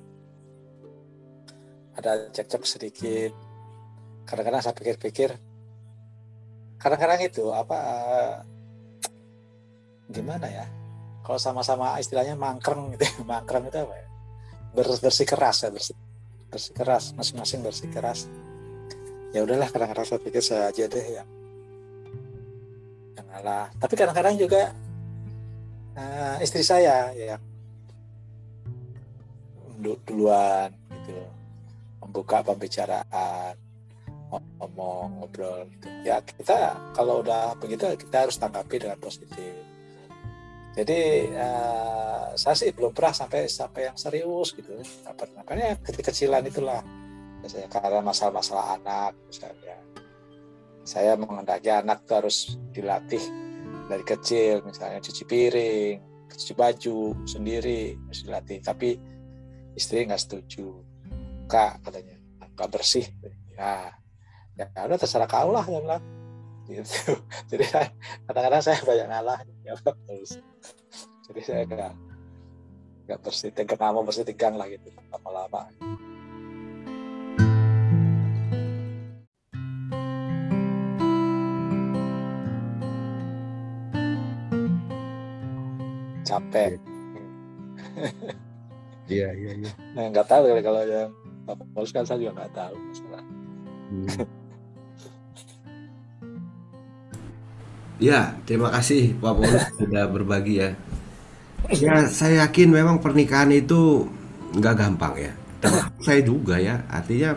A: ada cekcok sedikit. Kadang-kadang saya pikir-pikir. Kadang-kadang itu gimana ya? kalau sama-sama istilahnya mangkreng gitu. Mangkreng itu apa ya? Bersikeras ya, bersikeras, masing-masing bersikeras. Ya udahlah, kadang-kadang saya pikir saya aja deh yang ngalah. Tapi kadang-kadang juga istri saya yang duluan gitu, membuka pembicaraan, ngomong, ngobrol gitu. Ya kita kalau udah begitu kita harus tanggapi dengan positif. Jadi saya sih belum pernah sampai yang serius gitu. Makanya kecil-kecilan itulah. Biasanya karena masalah-masalah anak misalnya. Saya menghendaki anak itu harus dilatih dari kecil, misalnya cuci piring, cuci baju sendiri harus dilatih. Tapi istri nggak setuju. Kak katanya nggak bersih. Ya udah terserah kau lah, saya bilang. Gitu. Jadi kadang-kadang saya banyak ngalah. Ya terus. Jadi saya nggak bersih, nggak mau bersih tegang lah gitu lama-lama. Capek.
D: Iya.
A: Nah, nggak tahu kalau yang Pak Paulus kan saya juga nggak tahu masalah.
B: Ya, terima kasih Pak Paulus sudah berbagi ya. Ya, saya yakin memang pernikahan itu nggak gampang ya. Termasuk saya juga ya. Artinya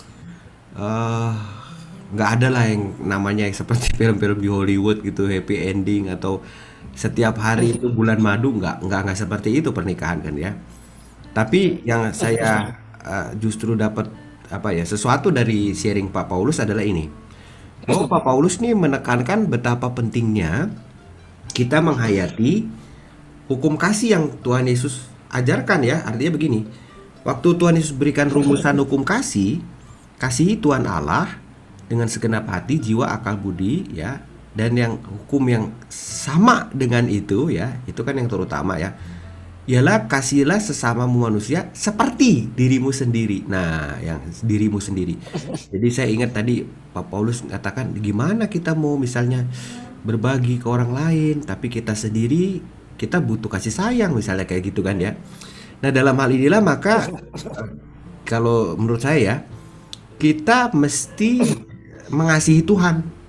B: nggak ada lah yang namanya seperti film-film di Hollywood gitu, happy ending atau setiap hari itu bulan madu, nggak seperti itu pernikahan kan ya. Tapi yang saya justru dapat sesuatu dari sharing Pak Paulus adalah ini, bahwa Pak Paulus nih menekankan betapa pentingnya kita menghayati hukum kasih yang Tuhan Yesus ajarkan ya. Artinya begini, waktu Tuhan Yesus berikan rumusan hukum kasih, kasihi Tuhan Allah dengan segenap hati, jiwa, akal, budi ya. Dan yang hukum yang sama dengan itu ya, itu kan yang terutama ya, ialah kasihilah sesamamu manusia seperti dirimu sendiri. Nah, yang dirimu sendiri. Jadi saya ingat tadi Pak Paulus katakan, gimana kita mau misalnya berbagi ke orang lain, tapi kita sendiri kita butuh kasih sayang misalnya kayak gitu kan ya. Nah, dalam hal inilah maka kalau menurut saya kita mesti mengasihi Tuhan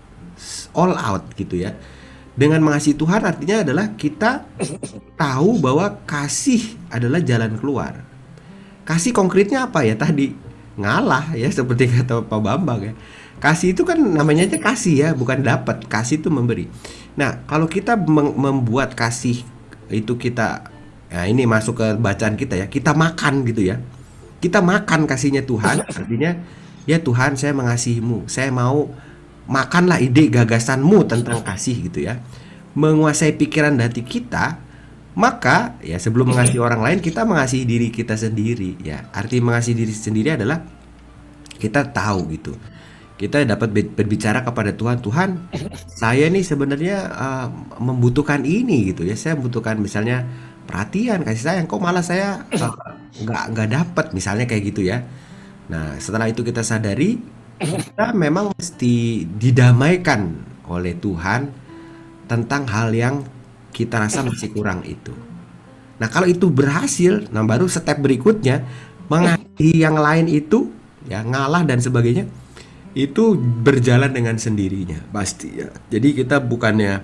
B: all out gitu ya. Dengan mengasihi Tuhan artinya adalah kita tahu bahwa kasih adalah jalan keluar. Kasih konkretnya apa ya tadi? Ngalah ya, seperti kata Pak Bambang ya. Kasih itu kan namanya aja kasih ya, bukan dapat. Kasih itu memberi. Nah, kalau kita membuat kasih itu kita, nah ini masuk ke bacaan kita ya, kita makan gitu ya. Kita makan kasihnya Tuhan, artinya ya Tuhan saya mengasihimu, saya mau makanlah ide gagasanmu tentang kasih gitu ya, menguasai pikiran hati kita. Maka ya sebelum mengasihi orang lain, kita mengasihi diri kita sendiri ya. Arti mengasihi diri sendiri adalah kita tahu gitu, kita dapat berbicara kepada Tuhan, Tuhan saya nih sebenarnya membutuhkan ini gitu ya, saya membutuhkan misalnya perhatian, kasih sayang, kok malah saya nggak dapat misalnya kayak gitu ya. Nah setelah itu kita sadari kita memang mesti didamaikan oleh Tuhan tentang hal yang kita rasa masih kurang itu. Nah kalau itu berhasil, nah baru step berikutnya mengasihi yang lain itu ya, ngalah dan sebagainya, itu berjalan dengan sendirinya pasti ya. Jadi kita bukannya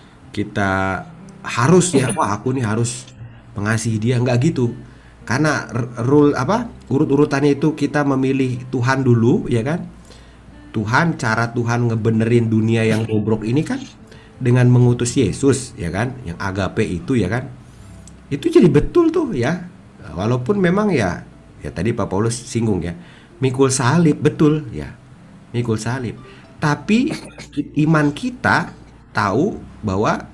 B: kita harus ya, wah aku nih harus mengasihi dia, nggak gitu. Karena urut-urutannya itu kita memilih Tuhan dulu ya kan. Tuhan, cara Tuhan ngebenerin dunia yang bobrok ini kan dengan mengutus Yesus ya kan, yang agape itu ya kan. Itu jadi betul tuh ya. Walaupun memang ya tadi Pak Paulus singgung ya, mikul salib, betul ya. Mikul salib. Tapi iman kita tahu bahwa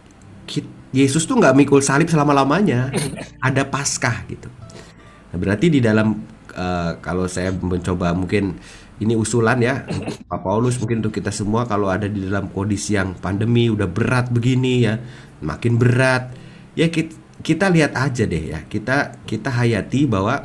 B: Yesus tuh nggak mikul salib selama-lamanya. Ada Paskah gitu. Nah, berarti di dalam kalau saya mencoba mungkin ini usulan ya Pak Paulus, mungkin untuk kita semua kalau ada di dalam kondisi yang pandemi udah berat begini ya, makin berat ya, kita lihat aja deh ya, kita hayati bahwa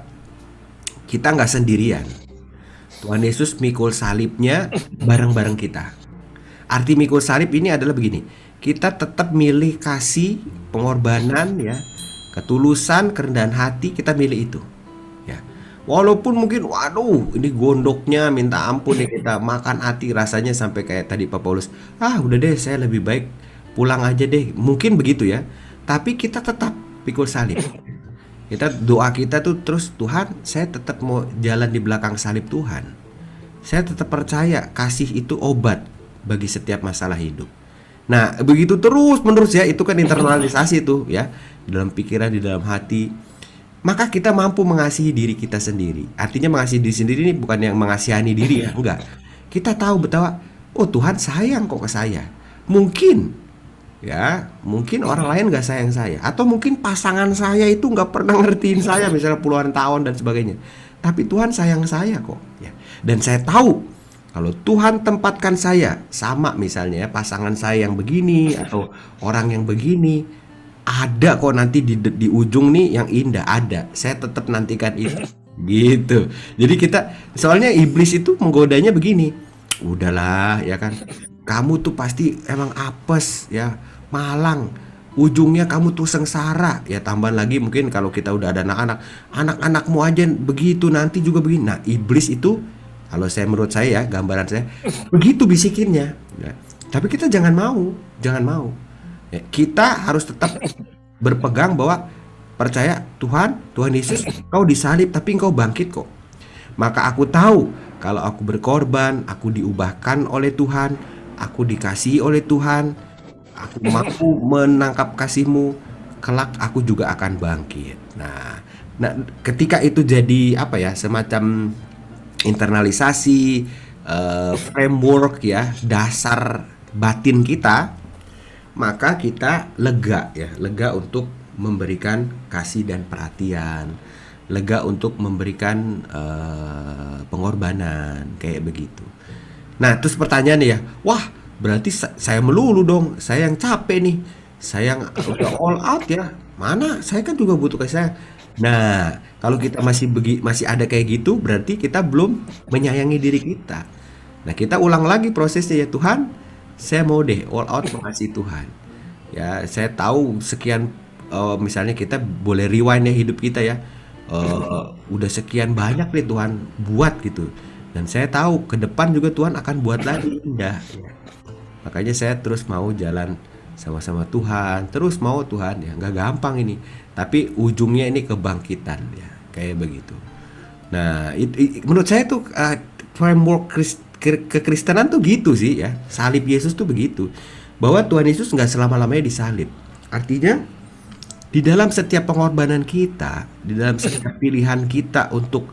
B: kita nggak sendirian. Tuhan Yesus mikul salibnya bareng-bareng kita. Arti mikul salib ini adalah begini, kita tetap milih kasih, pengorbanan ya, ketulusan, kerendahan hati, kita milih itu. Ya. Walaupun mungkin waduh, ini gondoknya minta ampun ya, kita makan hati rasanya sampai kayak tadi Pak Paulus, udah deh saya lebih baik pulang aja deh. Mungkin begitu ya. Tapi kita tetap pikul salib. Kita doa kita tuh terus, Tuhan, saya tetap mau jalan di belakang salib Tuhan. Saya tetap percaya kasih itu obat bagi setiap masalah hidup. Nah, begitu terus menerus ya, itu kan internalisasi tuh ya, di dalam pikiran, di dalam hati. Maka kita mampu mengasihi diri kita sendiri. Artinya mengasihi diri sendiri ini bukan yang mengasihani diri ya, enggak. Kita tahu betapa, oh Tuhan sayang kok ke saya. Mungkin ya, mungkin orang lain gak sayang saya, atau mungkin pasangan saya itu gak pernah ngertiin saya misalnya puluhan tahun dan sebagainya. Tapi Tuhan sayang saya kok ya. Dan saya tahu kalau Tuhan tempatkan saya sama misalnya ya, pasangan saya yang begini atau orang yang begini, ada kok nanti di ujung nih yang indah, ada. Saya tetap nantikan itu. Gitu. Jadi kita, soalnya iblis itu menggodanya begini. Udahlah ya kan. Kamu tuh pasti emang apes ya, malang. Ujungnya kamu tuh sengsara. Ya tambah lagi mungkin kalau kita udah ada anak-anak, anak-anakmu aja begitu nanti juga begini. Nah, iblis itu kalau menurut saya ya, gambaran saya begitu bisikinnya ya. Tapi kita jangan mau ya, kita harus tetap berpegang bahwa percaya Tuhan Yesus, kau disalib tapi engkau bangkit kok. Maka aku tahu kalau aku berkorban, aku diubahkan oleh Tuhan, aku dikasihi oleh Tuhan, aku mampu menangkap kasih-Mu, kelak aku juga akan bangkit. Nah, ketika itu jadi apa ya, semacam internalisasi, framework ya, dasar batin kita, maka kita lega ya, lega untuk memberikan kasih dan perhatian, lega untuk memberikan pengorbanan kayak begitu. Nah, terus pertanyaan ya, wah berarti saya melulu dong, saya yang capek nih, saya yang udah all out ya, mana saya kan juga butuh kasih sayang. Nah, kalau kita masih ada kayak gitu, berarti kita belum menyayangi diri kita. Nah, kita ulang lagi prosesnya ya, Tuhan, saya mau deh all out mengasihi Tuhan. Ya, saya tahu sekian, misalnya kita boleh rewind ya hidup kita ya, udah sekian banyak nih Tuhan buat gitu. Dan saya tahu ke depan juga Tuhan akan buat lagi indah. Makanya saya terus mau jalan sama-sama Tuhan, terus mau Tuhan ya, nggak gampang ini. Tapi ujungnya ini kebangkitan ya, kayak begitu. Nah, menurut saya tuh framework kekristenan tuh gitu sih ya. Salib Yesus tuh begitu, bahwa Tuhan Yesus nggak selama-lamanya disalib. Artinya di dalam setiap pengorbanan kita, di dalam setiap pilihan kita untuk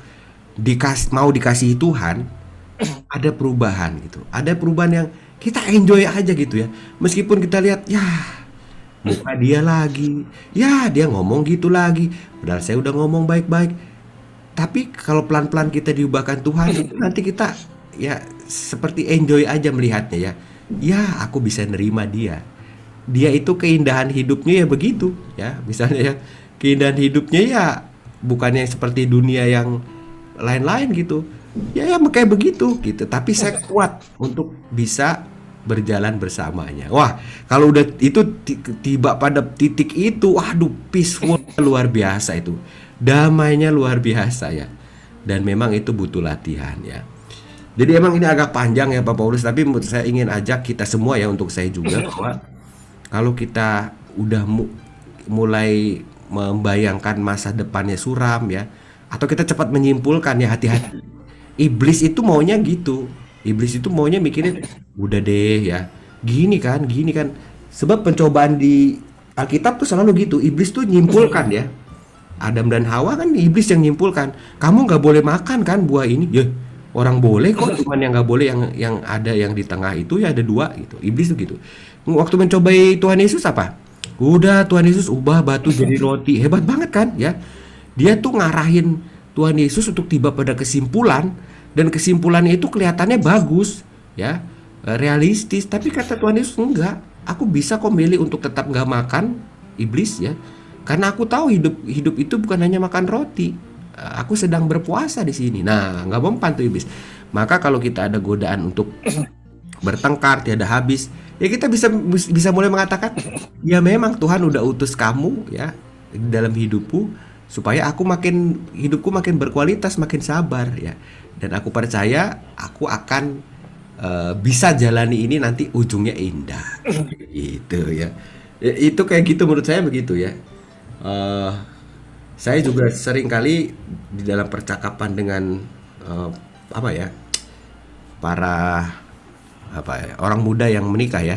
B: mau dikasihi Tuhan, ada perubahan gitu. Ada perubahan yang kita enjoy aja gitu ya. Meskipun kita lihat ya muka dia lagi, ya dia ngomong gitu lagi, padahal saya udah ngomong baik-baik. Tapi kalau pelan-pelan kita diubahkan Tuhan, nanti kita ya seperti enjoy aja melihatnya ya. Ya aku bisa nerima dia. Dia itu keindahan hidupnya ya begitu ya. Misalnya ya, keindahan hidupnya ya bukannya seperti dunia yang lain-lain gitu. Ya kayak begitu gitu. Tapi saya kuat untuk bisa berjalan bersamanya. Wah, kalau udah itu tiba pada titik itu, waduh, peaceful luar biasa itu. Damainya luar biasa ya. Dan memang itu butuh latihan ya. Jadi emang ini agak panjang ya Pak Paulus, tapi saya ingin ajak kita semua ya, untuk saya juga, bahwa kalau kita udah mulai membayangkan masa depannya suram ya, atau kita cepat menyimpulkan ya, hati-hati. Iblis itu maunya gitu. Iblis itu maunya mikirin, udah deh ya, gini kan. Sebab pencobaan di Alkitab tuh selalu gitu. Iblis tuh nyimpulkan ya. Adam dan Hawa kan iblis yang nyimpulkan. Kamu nggak boleh makan kan buah ini. Ya, orang boleh kok, cuman yang nggak boleh yang ada yang di tengah itu ya, ada dua gitu. Iblis tuh gitu. Waktu mencobai Tuhan Yesus apa? Udah, Tuhan Yesus ubah batu jadi roti. Hebat banget kan ya. Dia tuh ngarahin Tuhan Yesus untuk tiba pada kesimpulan. Dan kesimpulannya itu kelihatannya bagus ya, realistis. Tapi kata Tuhan Yesus, enggak, aku bisa kok milih untuk tetap nggak makan, iblis ya, karena aku tahu hidup itu bukan hanya makan roti. Aku sedang berpuasa di sini. Nah, nggak mempan tuh iblis. Maka kalau kita ada godaan untuk bertengkar tiada habis, Ya kita bisa mulai mengatakan, ya memang Tuhan udah utus kamu ya dalam hidupku supaya hidupku makin berkualitas, makin sabar ya. Dan aku percaya aku akan bisa jalani ini nanti ujungnya indah. Gitu ya. Itu kayak gitu menurut saya begitu ya. Eh, saya juga sering kali di dalam percakapan dengan apa ya para orang muda yang menikah ya,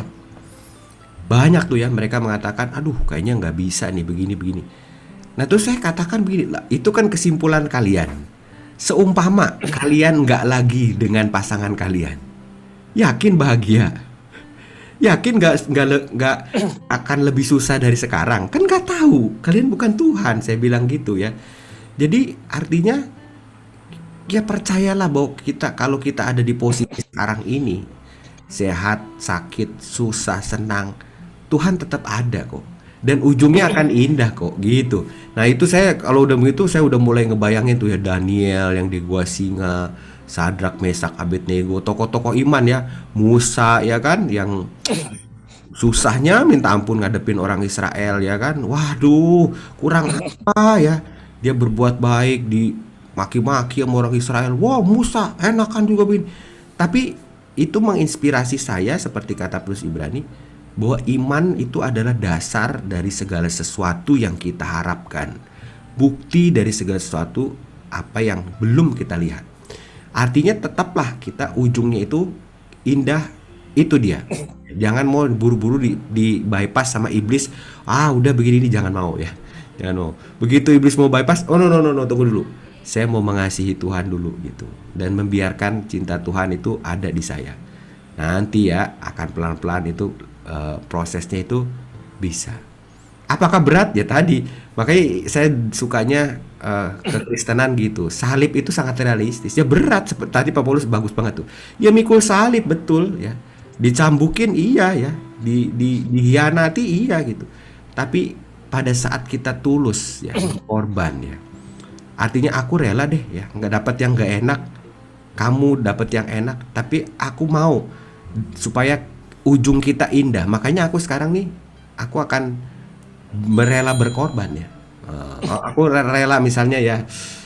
B: banyak tuh ya mereka mengatakan, aduh kayaknya nggak bisa nih begini-begini. Nah terus saya katakan begini, lah, itu kan kesimpulan kalian. Seumpama kalian nggak lagi dengan pasangan kalian, yakin bahagia? Yakin nggak akan lebih susah dari sekarang? Kan nggak tahu, kalian bukan Tuhan, saya bilang gitu ya. Jadi artinya ya percayalah bahwa kalau kita ada di posisi sekarang ini, sehat, sakit, susah, senang, Tuhan tetap ada kok. Dan ujungnya akan indah kok gitu. Nah itu saya kalau udah begitu saya udah mulai ngebayangin tuh ya Daniel yang di gua singa, Sadrak, Mesak, Abednego, tokoh-tokoh iman ya, Musa ya kan, yang susahnya minta ampun ngadepin orang Israel ya kan. Waduh, kurang apa ya? Dia berbuat baik di maki-maki sama orang Israel. Wah, Musa enakan juga begini. Tapi itu menginspirasi saya seperti kata Paulus Ibrani bahwa iman itu adalah dasar dari segala sesuatu yang kita harapkan. Bukti dari segala sesuatu apa yang belum kita lihat. Artinya tetaplah kita ujungnya itu indah, itu dia. Jangan mau buru-buru di bypass sama iblis. Ah udah begini jangan mau ya. Jangan mau. Begitu iblis mau bypass, oh no tunggu dulu. Saya mau mengasihi Tuhan dulu gitu. Dan membiarkan cinta Tuhan itu ada di saya. Nanti ya akan pelan-pelan itu prosesnya itu bisa. Apakah berat? Ya tadi. Makanya saya sukanya kekristenan gitu. Salib itu sangat realistis. Ya berat seperti tadi Pak Paulus bagus banget tuh. Ya mikul salib betul ya. Dicambukin iya ya. Dihianati iya gitu. Tapi pada saat kita tulus ya korban ya. Artinya aku rela deh ya, nggak dapat yang nggak enak, kamu dapat yang enak, tapi aku mau supaya ujung kita indah. Makanya aku sekarang nih, aku akan rela berkorban ya. Aku rela misalnya ya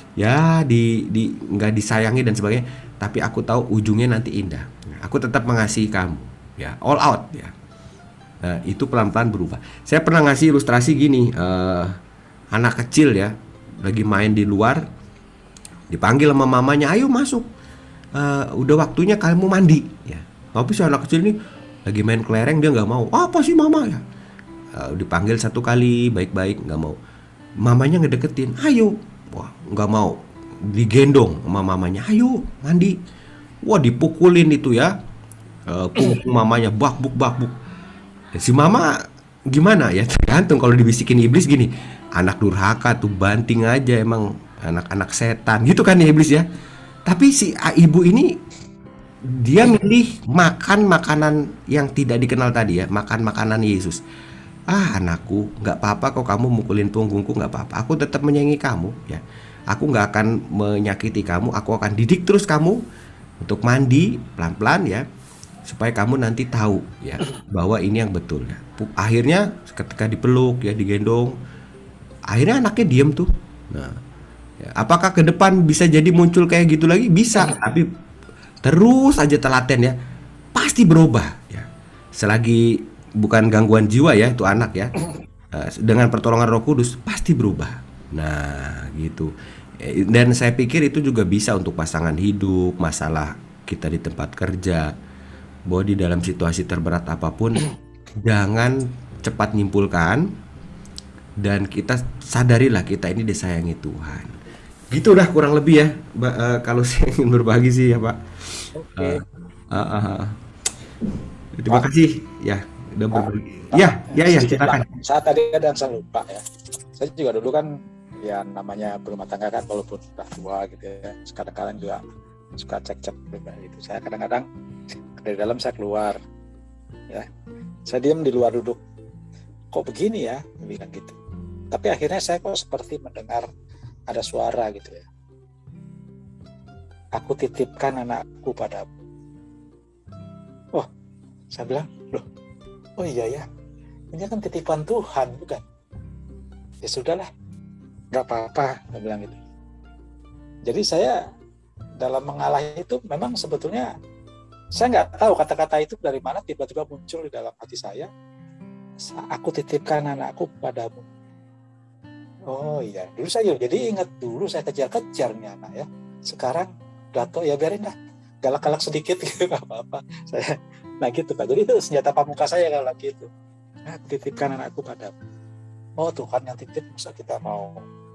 B: nggak disayangi dan sebagainya, tapi aku tahu ujungnya nanti indah. Aku tetap mengasihi kamu, ya all out ya. Nah, itu pelan-pelan berubah. Saya pernah ngasih ilustrasi gini, anak kecil ya, lagi main di luar, dipanggil sama mamanya, ayo masuk, udah waktunya kamu mandi ya. Tapi si anak kecil ini lagi main kelereng, dia nggak mau. Apa sih mama ya? Dipanggil satu kali baik-baik nggak mau. Mamanya ngedeketin, ayo, wah nggak mau. Digendong sama mamanya, ayo mandi. Wah dipukulin itu ya, punggung mamanya bakbuk. Si mama gimana ya, tergantung. Kalau dibisikin iblis gini, anak durhaka tuh, banting aja, emang anak-anak setan gitu kan ya iblis ya. Tapi si ibu ini dia milih makan makanan yang tidak dikenal tadi ya, makan makanan Yesus. Anakku, nggak apa-apa kok kamu mukulin punggungku, nggak apa-apa. Aku tetap menyayangi kamu ya. Aku nggak akan menyakiti kamu. Aku akan didik terus kamu untuk mandi pelan-pelan ya, supaya kamu nanti tahu ya bahwa ini yang betul ya. Akhirnya ketika dipeluk ya, digendong, akhirnya anaknya diem tuh. Nah, ya, apakah ke depan bisa jadi muncul kayak gitu lagi? Bisa, tapi terus aja telaten ya, pasti berubah ya. Selagi bukan gangguan jiwa ya itu anak ya, dengan pertolongan Roh Kudus pasti berubah. Nah, gitu. Dan saya pikir itu juga bisa untuk pasangan hidup, masalah kita di tempat kerja, bahwa di dalam situasi terberat apapun jangan cepat nyimpulkan, dan kita sadarilah kita ini disayangi Tuhan. Gitu udah kurang lebih ya, kalau saya ingin berbagi sih ya Pak.
A: Oke.
B: Terima kasih ya udah berbagi. Ya silakan.
A: Saat tadi kadang saya lupa ya. Saya juga dulu kan ya namanya berumah tangga kan, walaupun sudah tua gitu ya, kadang-kadang juga suka cek-cek gitu. Saya kadang-kadang dari dalam saya keluar ya, saya diam di luar duduk, kok begini ya, bilang gitu. Tapi akhirnya saya kok seperti mendengar ada suara gitu ya, aku titipkan anakku padamu. Oh, saya bilang, loh oh iya ya, ini kan titipan Tuhan bukan? Ya sudahlah, nggak apa-apa, saya bilang gitu. Jadi saya dalam mengalah itu memang sebetulnya saya nggak tahu kata-kata itu dari mana tiba-tiba muncul di dalam hati saya. Aku titipkan anakku padamu. Oh iya, dulu saya jadi ingat dulu saya kejar-kejar nih anak ya. Sekarang Dato ya biarin dah, galak-galak sedikit gitu nggak apa-apa. Nah gitu Kak. Jadi itu senjata pamungkas saya kalau gitu. Nah, titipkan anakku padamu. Oh Tuhan yang titip, masa kita mau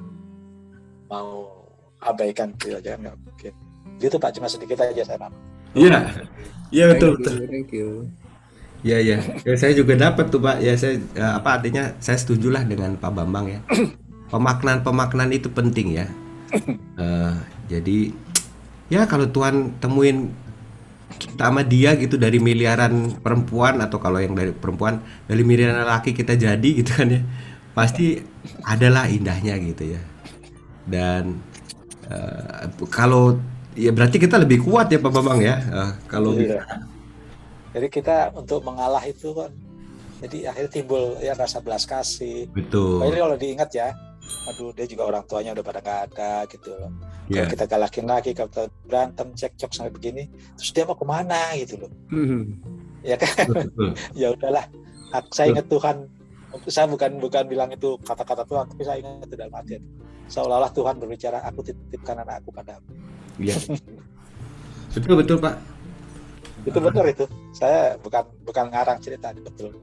A: abaikan itu aja, nggak mungkin. Gitu Pak, cuma sedikit aja saya nambah.
B: Iya, iya betul betul.
D: Thank you.
B: Ya ya, ya saya juga dapat tuh Pak. Ya saya apa artinya saya setujulah dengan Pak Bambang ya. Pemaknaan itu penting ya. Jadi ya kalau Tuhan temuin kita sama dia gitu dari miliaran perempuan, atau kalau yang dari perempuan dari miliaran laki kita jadi gitu kan ya, pasti adalah indahnya gitu ya. Dan kalau ya berarti kita lebih kuat ya Pak Bambang ya, kalau
A: Iya. Jadi kita untuk mengalah itu kan, jadi akhirnya timbul ya rasa belas kasih.
B: betul.
A: Jadi kalau diingat ya, aduh dia juga orang tuanya udah pada nggak ada gitu loh. Kalau
B: Ya.
A: kita galakin lagi, kalau kita berantem cekcok sampai begini, terus dia mau kemana gitu loh, ya kan?
B: Betul.
A: Ya udahlah, saya ingat Tuhan. Saya bukan bilang itu kata-kata Tuhan, tapi saya ingat itu dalam hati. Seolah-olah Tuhan berbicara, aku titipkan anakku padamu.
B: Ya. Betul Pak.
A: Itu benar itu. Saya bukan ngarang cerita, betul.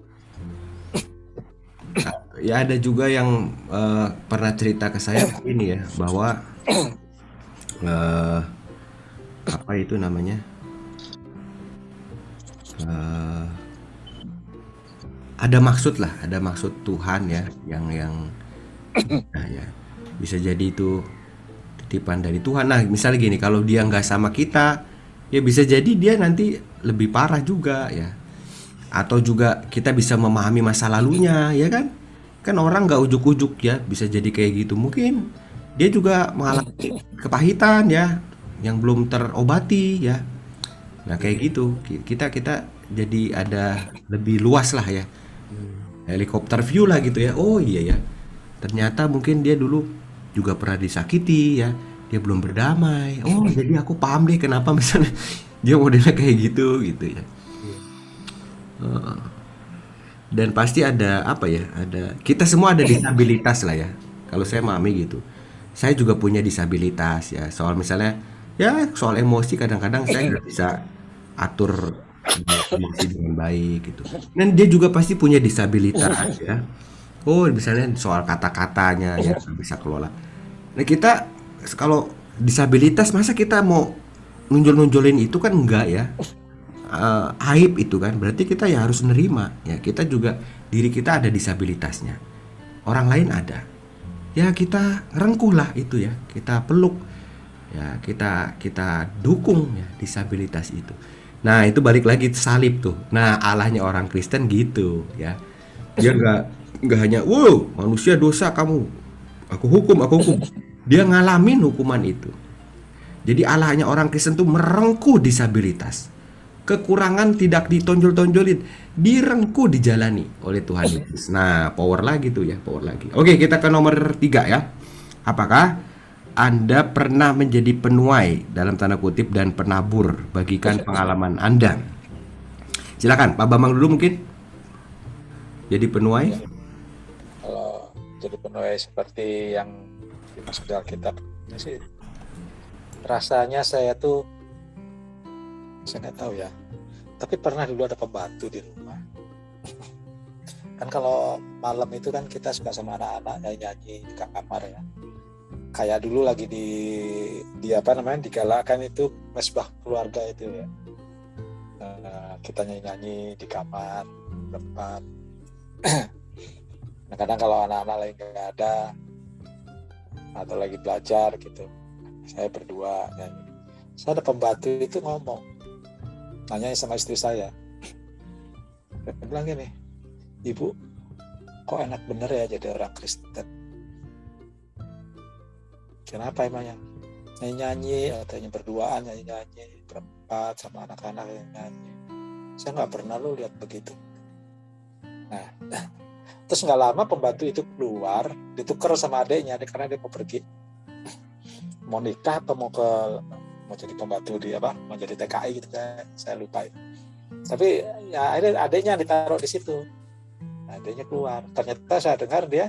B: Ya ada juga yang pernah cerita ke saya ini ya, bahwa apa itu namanya, ada maksud Tuhan ya, yang nah ya bisa jadi itu titipan dari Tuhan. Nah misalnya gini, kalau dia nggak sama kita, ya bisa jadi dia nanti lebih parah juga ya. Atau juga kita bisa memahami masa lalunya ya kan. Kan orang nggak ujuk-ujuk ya bisa jadi kayak gitu. Mungkin dia juga mengalami kepahitan ya, yang belum terobati ya. Nah kayak gitu kita jadi ada lebih luas lah ya, helikopter view lah gitu ya. Oh iya ya, ternyata mungkin dia dulu juga pernah disakiti ya, dia belum berdamai. Oh jadi aku paham deh kenapa misalnya dia modelnya kayak gitu ya. Dan pasti ada apa ya, ada, kita semua ada disabilitas lah ya, kalau saya memahami gitu. Saya juga punya disabilitas ya, soal misalnya ya soal emosi kadang-kadang saya nggak bisa atur emosi dengan baik gitu. Dan dia juga pasti punya disabilitas ya. Oh misalnya soal kata-katanya ya nggak bisa kelola. Nah kita kalau disabilitas masa kita mau nunjol-nunjolin itu kan enggak ya. Aib itu kan berarti kita ya harus nerima ya, kita juga diri kita ada disabilitasnya, orang lain ada ya, kita rengkuh lah itu ya, kita peluk ya, kita dukung ya disabilitas itu. Nah itu balik lagi salib tuh. Nah Allahnya orang Kristen gitu ya, dia nggak hanya wow manusia dosa kamu aku hukum, dia ngalamin hukuman itu. Jadi Allahnya orang Kristen tuh merengkuh disabilitas, kekurangan tidak ditonjol-tonjolin, direngkuh dijalani oleh Tuhan Yesus. Nah, power lagi tuh ya, power lagi. Oke, kita ke nomor 3 ya. Apakah Anda pernah menjadi penuai dalam tanda kutip dan penabur? Bagikan pengalaman Anda. Silakan, Pak Bambang dulu mungkin. Jadi penuai?
A: Kalau jadi penuai seperti yang dimaksud dalam Alkitab sih, rasanya saya nggak tahu ya, tapi pernah dulu ada pembantu di rumah. Kan kalau malam itu kan kita suka sama anak-anak nyanyi di kamar ya, kayak dulu lagi di apa namanya, digalakan itu mesbah keluarga itu ya. Kita nyanyi di kamar berempat. Nah kadang kalau anak-anak lagi nggak ada atau lagi belajar gitu, saya berdua nyanyi. Saya ada pembantu itu ngomong, nanya sama istri saya, dia bilang gini, ibu kok enak bener ya jadi orang Kristen, kenapa emangnya, nyanyi atau berduaan nyanyi berempat sama anak-anak yang nyanyi, saya nggak pernah lo lihat begitu. Nah, terus nggak lama pembantu itu keluar, ditukar sama adiknya karena dia mau pergi, mau nikah atau mau jadi pembantu di apa, mau jadi TKI gitu, saya lupa itu. Tapi ya akhirnya adiknya ditaruh di situ. Nah, adiknya keluar, ternyata saya dengar dia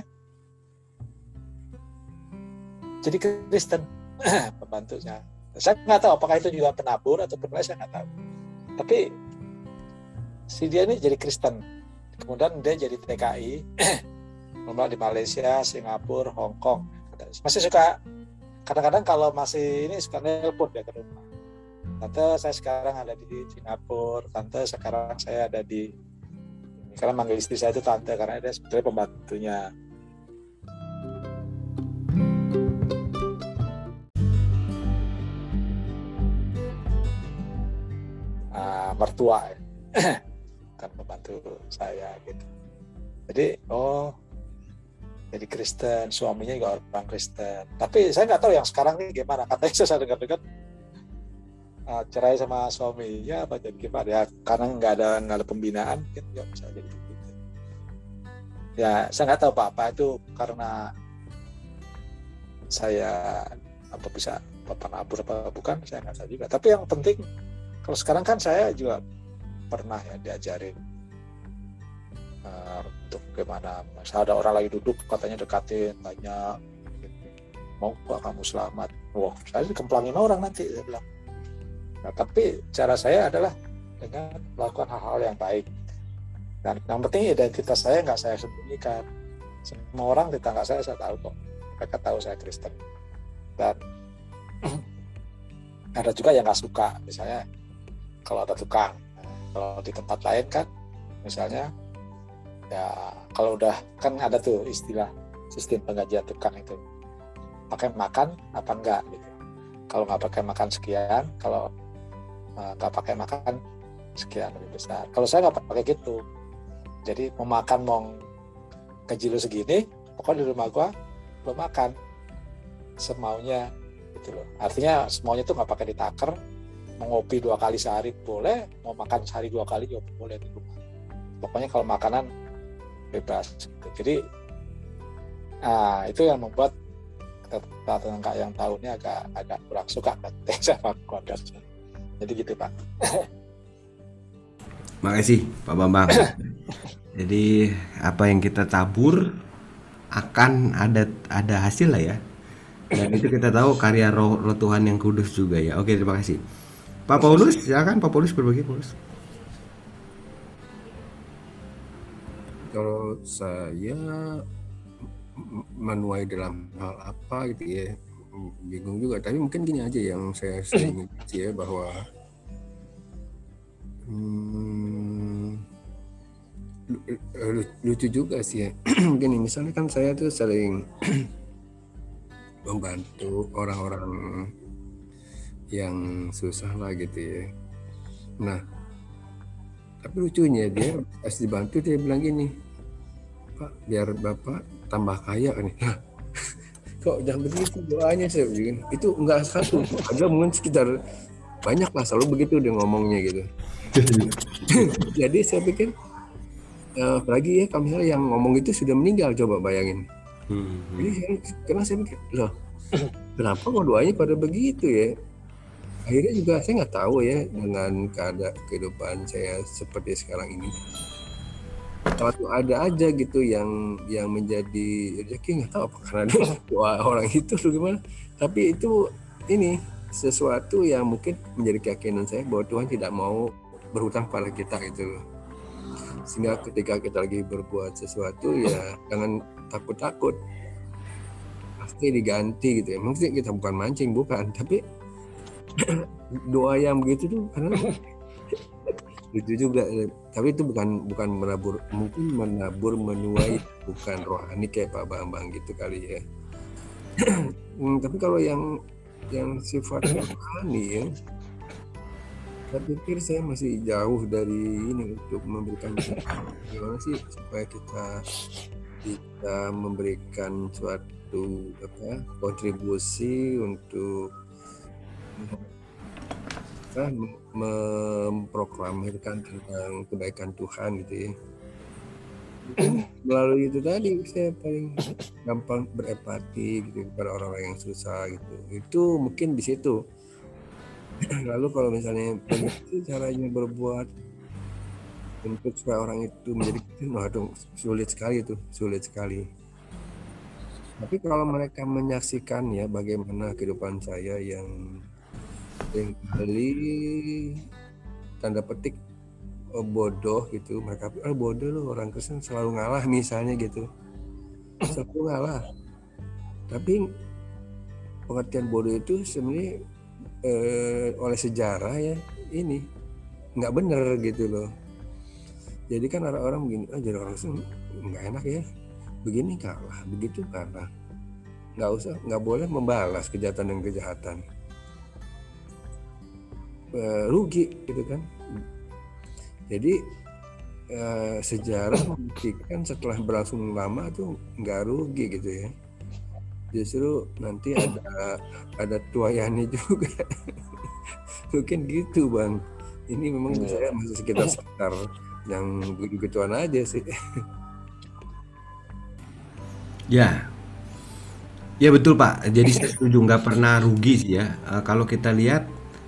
A: jadi Kristen pembantunya. Saya nggak tahu apakah itu juga penabur atau penilai, saya nggak tahu. Tapi si dia ini jadi Kristen, kemudian dia jadi TKI di Malaysia, Singapura, Hong Kong. Masih suka kadang-kadang kalau masih ini suka nelpon dia ke rumah. Tante, saya sekarang ada di Singapura. Tante, sekarang saya ada di, karena manggil istri saya itu tante karena dia sebetulnya pembantunya. Mertua ya. Kan pembantu saya gitu. Jadi jadi Kristen, suaminya juga orang Kristen. Tapi saya nggak tahu yang sekarang ini gimana. Katanya saya dengar-dengar cerai sama suaminya apa jadi gimana ya, karena nggak ada pembinaan gitu ya, bisa jadi gitu. Ya saya nggak tahu apa itu karena saya apa bisa penabur apa bukan, saya nggak tahu juga. Tapi yang penting kalau sekarang kan saya juga pernah ya diajarin untuk gimana, misalnya ada orang lagi duduk katanya dekatin banyak, mau gak kamu selamat, wah saya dikemplangin orang nanti, saya bilang. Nah, tapi cara saya adalah dengan melakukan hal-hal yang baik, dan yang penting identitas saya nggak saya sembunyikan. Semua orang di tetangga saya tahu kok, mereka tahu saya Kristen. Dan ada juga yang nggak suka, misalnya kalau ada tukang. Kalau di tempat lain kan misalnya ya kalau udah kan ada tuh istilah sistem penggajian tukang itu, pakai makan apa enggak gitu. Kalau nggak pakai makan sekian, kalau nggak pakai makan sekian lebih besar. Kalau saya nggak pakai gitu, jadi mau makan mau gaji lu segini, pokoknya di rumah gua lo makan semaunya gitu loh. Artinya semaunya tuh nggak pakai ditaker. Mau ngopi 2 kali sehari boleh, mau makan sehari 2 kali juga boleh di rumah. Pokoknya kalau makanan bebas gitu. Jadi itu yang membuat tetangga yang tahunnya agak kurang suka sama keluarga saya. Jadi gitu Pak.
B: Makasih Pak Bambang. Jadi apa yang kita tabur akan ada hasil lah ya. Dan itu kita tahu karya roh Tuhan yang kudus juga ya. Oke, terima kasih. Pak Paulus, silakan Pak Paulus berbagi, Paulus.
D: Kalau saya menuai dalam hal apa gitu ya, bingung juga. Tapi mungkin gini aja yang saya sering ya, bahwa lucu juga sih ya. Gini, misalnya kan saya tuh sering membantu orang-orang yang susah lah gitu ya. Nah, tapi lucunya dia pas dibantu dia bilang gini, Pak, biar Bapak tambah kaya nih. Nah, kok jangan begitu doanya, saya bilang. Itu enggak satu, ada mungkin sekitar banyak lah selalu begitu dia ngomongnya gitu. Jadi saya pikir apalagi ya kalau misalnya yang ngomong itu sudah meninggal, coba bayangin. Jadi karena saya pikir loh, kenapa kok doanya pada begitu ya? Akhirnya juga saya nggak tahu ya dengan kehidupan saya seperti sekarang ini. Waktu ada aja gitu yang menjadi rezeki, nggak tahu apa karena doa orang itu atau gimana. Tapi itu ini sesuatu yang mungkin menjadi keyakinan saya bahwa Tuhan tidak mau berhutang pada kita gitu. Sehingga ketika kita lagi berbuat sesuatu ya jangan takut-takut, pasti diganti gitu ya. Mungkin kita bukan mancing, bukan, tapi doa yang begitu tuh karena lucu juga, tapi itu bukan menabur, mungkin menabur menuai, bukan rohani kayak Pak Bambang gitu kali ya. Tapi kalau yang sifatnya rohani ya, saya pikir saya masih jauh dari ini untuk memberikan gimana sih supaya kita memberikan suatu kontribusi untuk memproklamirkan tentang kebaikan Tuhan gitu ya. Mungkin melalui itu tadi saya paling gampang berempati gitu kepada orang-orang yang susah gitu. Itu mungkin di situ. Lalu kalau misalnya bagaimana caranya berbuat untuk supaya orang itu menjadi Kristen, waduh sulit sekali itu, sulit sekali. Tapi kalau mereka menyaksikan ya bagaimana kehidupan saya yang seringkali tanda petik bodoh gitu, mereka bodoh loh, orang Kristen selalu ngalah misalnya gitu, selalu ngalah. Tapi pengertian bodoh itu sebenarnya oleh sejarah ya ini nggak benar gitu loh. Jadi kan orang-orang begini, jadi orang Kristen nggak enak ya, begini kalah, begitu kalah, nggak boleh membalas kejahatan dengan kejahatan, rugi gitu kan. Jadi sejarah membuktikan setelah berlangsung lama tuh nggak rugi gitu ya, justru nanti ada tuayannya juga. Mungkin gitu Bang, ini memang saya masih sekitar yang begituan aja sih.
B: Ya, ya betul Pak. Jadi saya setuju nggak pernah rugi sih ya. Kalau kita lihat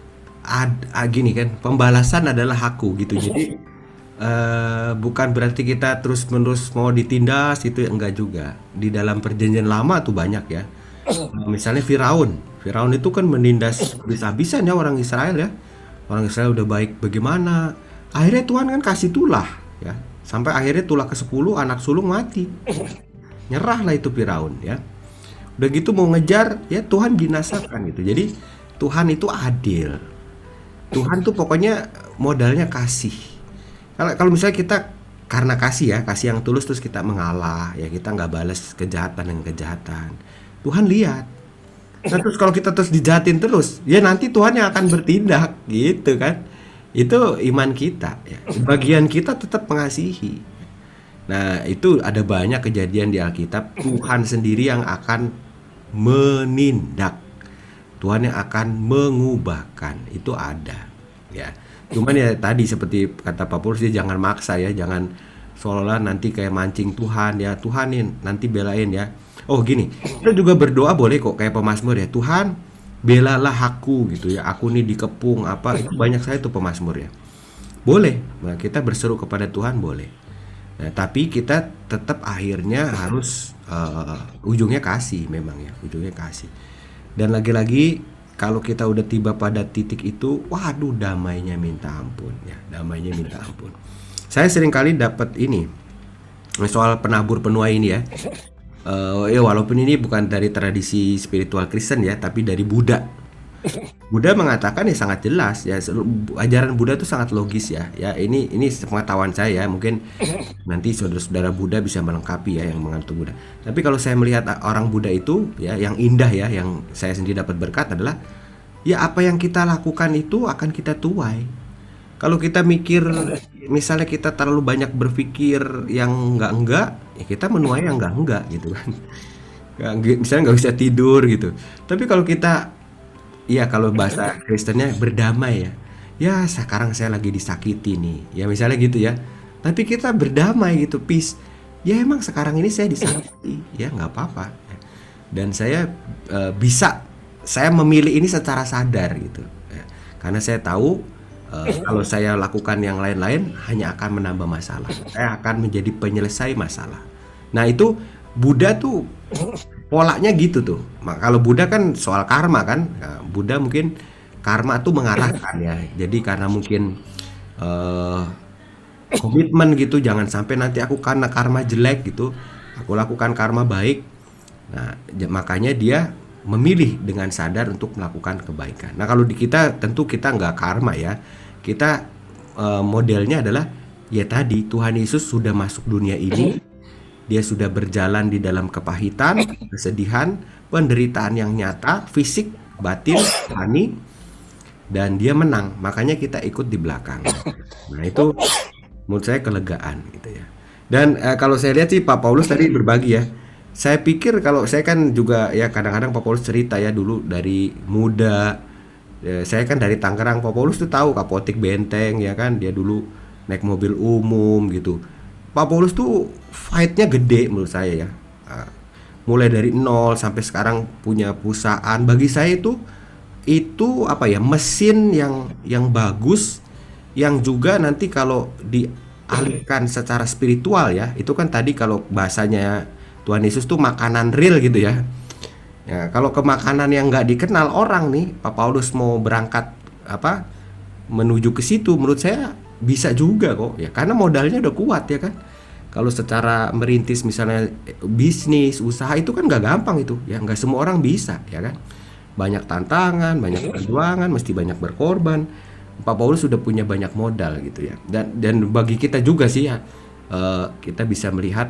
B: gini kan, pembalasan adalah hakku gitu. Jadi bukan berarti kita terus-menerus mau ditindas itu enggak juga. Di dalam perjanjian lama tuh banyak ya. Misalnya Firaun itu kan menindas habis-habisan ya orang Israel ya. Orang Israel udah baik bagaimana? Akhirnya Tuhan kan kasih tulah ya. Sampai akhirnya tulah ke-10 anak sulung mati. Nyerahlah itu Firaun ya. Udah gitu mau ngejar ya Tuhan binasakan gitu. Jadi Tuhan itu adil. Tuhan tuh pokoknya modalnya kasih. Kalau misalnya kita karena kasih ya, kasih yang tulus terus kita mengalah ya, kita nggak balas kejahatan dengan kejahatan. Tuhan lihat. Nah, terus kalau kita terus dijahatin terus, ya nanti Tuhan yang akan bertindak gitu kan. Itu iman kita ya. Bagian kita tetap mengasihi. Nah, itu ada banyak kejadian di Alkitab, Tuhan sendiri yang akan menindak. Tuhan yang akan mengubahkan. Itu ada ya. Cuman ya tadi seperti kata Pak Paulus, dia jangan maksa ya, jangan seolah-olah nanti kayak mancing Tuhan ya, Tuhan nih nanti belain ya. Oh gini, kita juga berdoa boleh kok kayak pemazmur ya, Tuhan belalah aku gitu ya, aku nih dikepung apa, itu banyak saya tuh pemazmur ya. Boleh, nah, kita berseru kepada Tuhan boleh. Nah, tapi kita tetap akhirnya harus ujungnya kasih memang ya, ujungnya kasih. Dan lagi-lagi kalau kita udah tiba pada titik itu, waduh damainya minta ampun ya, damainya minta ampun. Saya sering kali dapat ini soal penabur penuai ini ya. Ya walaupun ini bukan dari tradisi spiritual Kristen ya, tapi dari Buddha. Buddha mengatakan ya sangat jelas ya, ajaran Buddha itu sangat logis ya. Ya ini pengetahuan saya ya, mungkin nanti saudara-saudara Buddha bisa melengkapi ya yang mengerti Buddha. Tapi kalau saya melihat orang Buddha itu ya, yang indah ya, yang saya sendiri dapat berkat adalah ya apa yang kita lakukan itu akan kita tuai. Kalau kita mikir, misalnya kita terlalu banyak berpikir yang enggak, ya kita menuai yang enggak gitu kan. Misalnya nggak bisa tidur gitu. Tapi kalau kita, ya kalau bahasa Kristennya berdamai ya. Ya sekarang saya lagi disakiti nih. Ya misalnya gitu ya. Tapi kita berdamai gitu, peace. Ya emang sekarang ini saya disakiti, ya nggak apa-apa. Dan saya saya memilih ini secara sadar gitu. Ya. Karena saya tahu kalau saya lakukan yang lain-lain hanya akan menambah masalah. Saya akan menjadi penyelesai masalah. Nah itu Buddha tuh polanya gitu tuh. Kalau Buddha kan soal karma kan. Nah, Buddha mungkin karma tuh mengarahkan ya. Jadi karena mungkin komitmen gitu, jangan sampai nanti aku karena karma jelek gitu, aku lakukan karma baik. Nah makanya dia memilih dengan sadar untuk melakukan kebaikan. Nah kalau di kita tentu kita nggak karma ya. Kita modelnya adalah ya tadi Tuhan Yesus sudah masuk dunia ini. Dia sudah berjalan di dalam kepahitan, kesedihan, penderitaan yang nyata, fisik, batin, rohani, dan dia menang. Makanya kita ikut di belakang. Nah itu menurut saya kelegaan gitu ya. Dan kalau saya lihat sih Pak Paulus tadi berbagi ya. Saya pikir kalau saya kan juga ya kadang-kadang Pak Paulus cerita ya dulu dari muda. Saya kan dari Tangerang, Pak Paulus tuh tahu Kapotik Benteng ya kan. Dia dulu naik mobil umum gitu. Pak Paulus tuh fight-nya gede menurut saya ya. Ah, mulai dari nol sampai sekarang punya perusahaan. Bagi saya itu apa ya, mesin yang bagus, yang juga nanti kalau dialihkan secara spiritual ya, itu kan tadi kalau bahasanya Tuhan Yesus tuh makanan real gitu ya. Ya, kalau ke makanan yang nggak dikenal orang nih, Pak Paulus mau berangkat apa menuju ke situ, menurut saya bisa juga kok ya, karena modalnya udah kuat ya kan. Kalau secara merintis misalnya bisnis, usaha itu kan nggak gampang itu ya, nggak semua orang bisa ya kan. Banyak tantangan, banyak perjuangan, mesti banyak berkorban. Pak Paulus sudah punya banyak modal gitu ya. Dan bagi kita juga sih ya, kita bisa melihat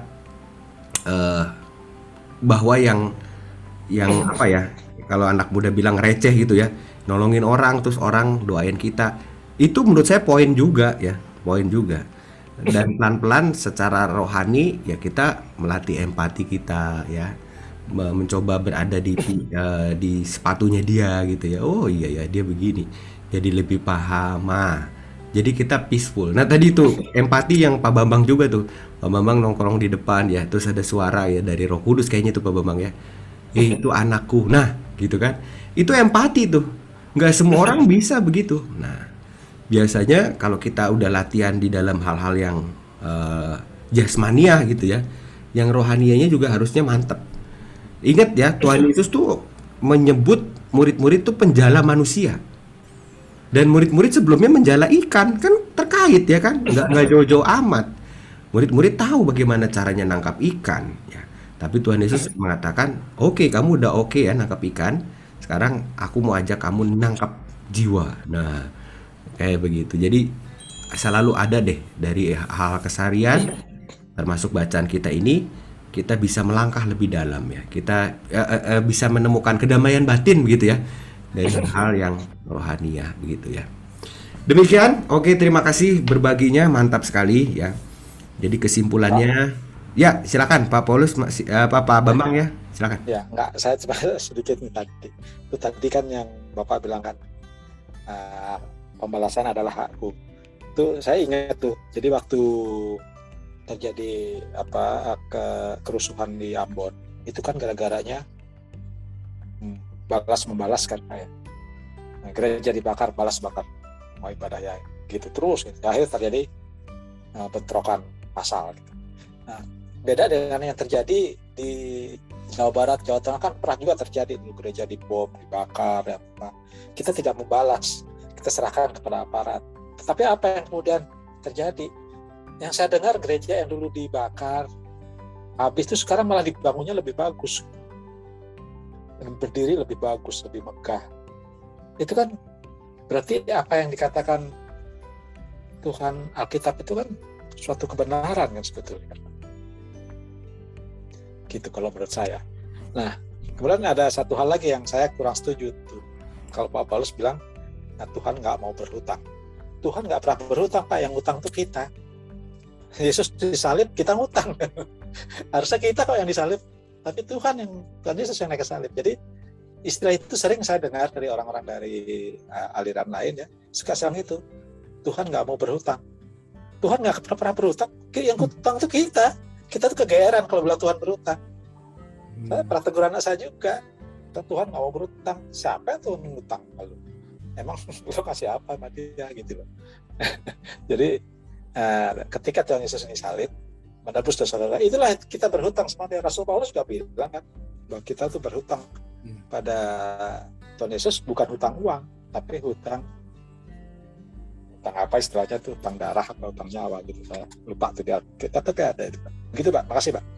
B: bahwa yang apa ya, kalau anak muda bilang receh gitu ya, nolongin orang terus orang doain kita, itu menurut saya poin juga ya, poin juga. Dan pelan-pelan secara rohani ya kita melatih empati kita ya, mencoba berada di sepatunya dia gitu ya. Oh iya ya, dia begini, jadi lebih paham. Jadi kita peaceful. Nah tadi tuh empati yang Pak Bambang juga tuh, Pak Bambang nongkrong di depan ya, terus ada suara ya dari Roh Kudus kayaknya tuh Pak Bambang ya, itu anakku, nah gitu kan, itu empati tuh, nggak semua orang bisa begitu. Nah biasanya kalau kita udah latihan di dalam hal-hal yang jasmania gitu ya, yang rohanianya juga harusnya mantep. Ingat ya, Tuhan Yesus tuh menyebut murid-murid tuh penjala manusia. Dan murid-murid sebelumnya menjala ikan, kan terkait ya kan, nggak jauh-jauh amat. Murid-murid tahu bagaimana caranya nangkap ikan ya. Tapi Tuhan Yesus mengatakan, oke, kamu udah oke ya nangkap ikan, sekarang aku mau ajak kamu nangkap jiwa. Nah kayak begitu. Jadi selalu ada deh dari hal keseharian, termasuk bacaan kita ini, kita bisa melangkah lebih dalam ya. Kita bisa menemukan kedamaian batin begitu ya, dari hal yang rohania begitu ya. Demikian, oke, terima kasih berbaginya, mantap sekali ya. Jadi kesimpulannya, ya silakan Pak Paulus, Pak Bambang ya, silakan.
A: Ya, enggak, saya cuma sedikit nih tadi. Itu tadi kan yang Bapak bilang kan, pembalasan adalah hakku. Itu saya ingat tuh. Jadi waktu terjadi kerusuhan di Ambon, itu kan gara-garanya balas membalas kan kayak. Nah, gereja dibakar, balas bakar, mau ibadah ya gitu terus gitu. Akhirnya terjadi bentrokan massal gitu. Nah, beda dengan yang terjadi di Jawa Barat, Jawa Tengah kan pernah juga terjadi dulu, gereja dibom, dibakar ya, kita tidak membalas, kita serahkan kepada aparat. Tetapi apa yang kemudian terjadi? Yang saya dengar gereja yang dulu dibakar habis itu sekarang malah dibangunnya lebih bagus, berdiri lebih bagus, lebih megah. Itu kan berarti apa yang dikatakan Tuhan Alkitab itu kan suatu kebenaran kan sebetulnya. Gitu kalau menurut saya. Nah, kemudian ada satu hal lagi yang saya kurang setuju tuh. Kalau Pak Paulus bilang, nah, Tuhan nggak mau berhutang. Tuhan nggak pernah berhutang, Pak. Yang hutang tuh kita. Yesus disalib, kita ngutang. Harusnya kita kok yang disalib. Tapi Tuhan Yesus yang naik ke salib. Jadi istilah itu sering saya dengar dari orang-orang dari aliran lain ya. Suka bilang itu, Tuhan nggak mau berhutang. Tuhan nggak pernah berhutang. Yang hutang itu kita. Kita tuh kegeeran kalau bilang Tuhan berhutang. Saya pernah tegur anak saya juga. Tuhan nggak mau berhutang. Siapa yang Tuhan mengutang? Lalu emang lo kasih apa sama dia gitu loh. Jadi ketika Tuhan Yesus disalib, menebus dosa-dosa, itulah kita berhutang sama dia. Rasul Paulus juga bilang kan bahwa kita tuh berhutang pada Tuhan Yesus, bukan hutang uang, tapi hutang apa istilahnya tuh, hutang darah atau hutang nyawa gitu. Saya lupa tuh dia. Tapi ada itu. Begitu Pak. Makasih Pak.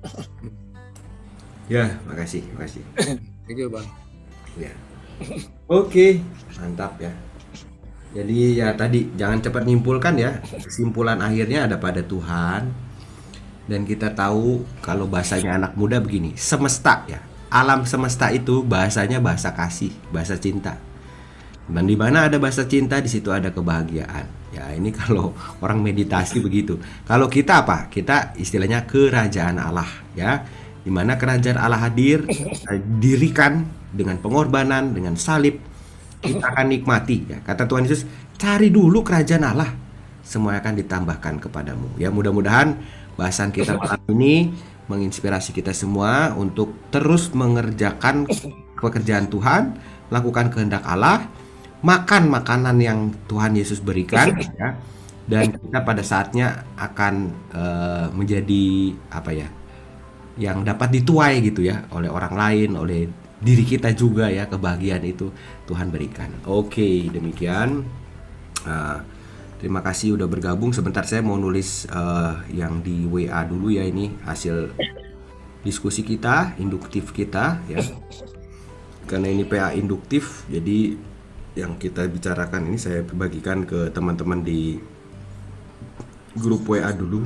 B: Ya, makasih.
D: Thank you Bang.
B: Ya. Oke, mantap ya. Jadi ya tadi jangan cepat menyimpulkan ya. Kesimpulan akhirnya ada pada Tuhan. Dan kita tahu kalau bahasanya anak muda begini, semesta ya. Alam semesta itu bahasanya bahasa kasih, bahasa cinta. Dan di mana ada bahasa cinta, di situ ada kebahagiaan. Ya, ini kalau orang meditasi begitu. Kalau kita apa? Kita istilahnya kerajaan Allah ya. Di mana kerajaan Allah hadir, dirikan dengan pengorbanan, dengan salib, kita akan nikmati ya. Kata Tuhan Yesus, cari dulu kerajaan Allah, semua akan ditambahkan kepadamu. Ya, mudah-mudahan Bahasan kita malam ini menginspirasi kita semua untuk terus mengerjakan pekerjaan Tuhan, lakukan kehendak Allah, makan makanan yang Tuhan Yesus berikan, ya. Dan kita pada saatnya akan menjadi apa ya, yang dapat dituai gitu ya oleh orang lain, oleh diri kita juga ya, kebahagiaan itu Tuhan berikan. Oke, demikian. Terima kasih udah bergabung. Sebentar saya mau nulis yang di WA dulu ya, ini hasil diskusi kita, induktif kita ya. Karena ini PA induktif, jadi yang kita bicarakan ini saya bagikan ke teman-teman di grup WA dulu.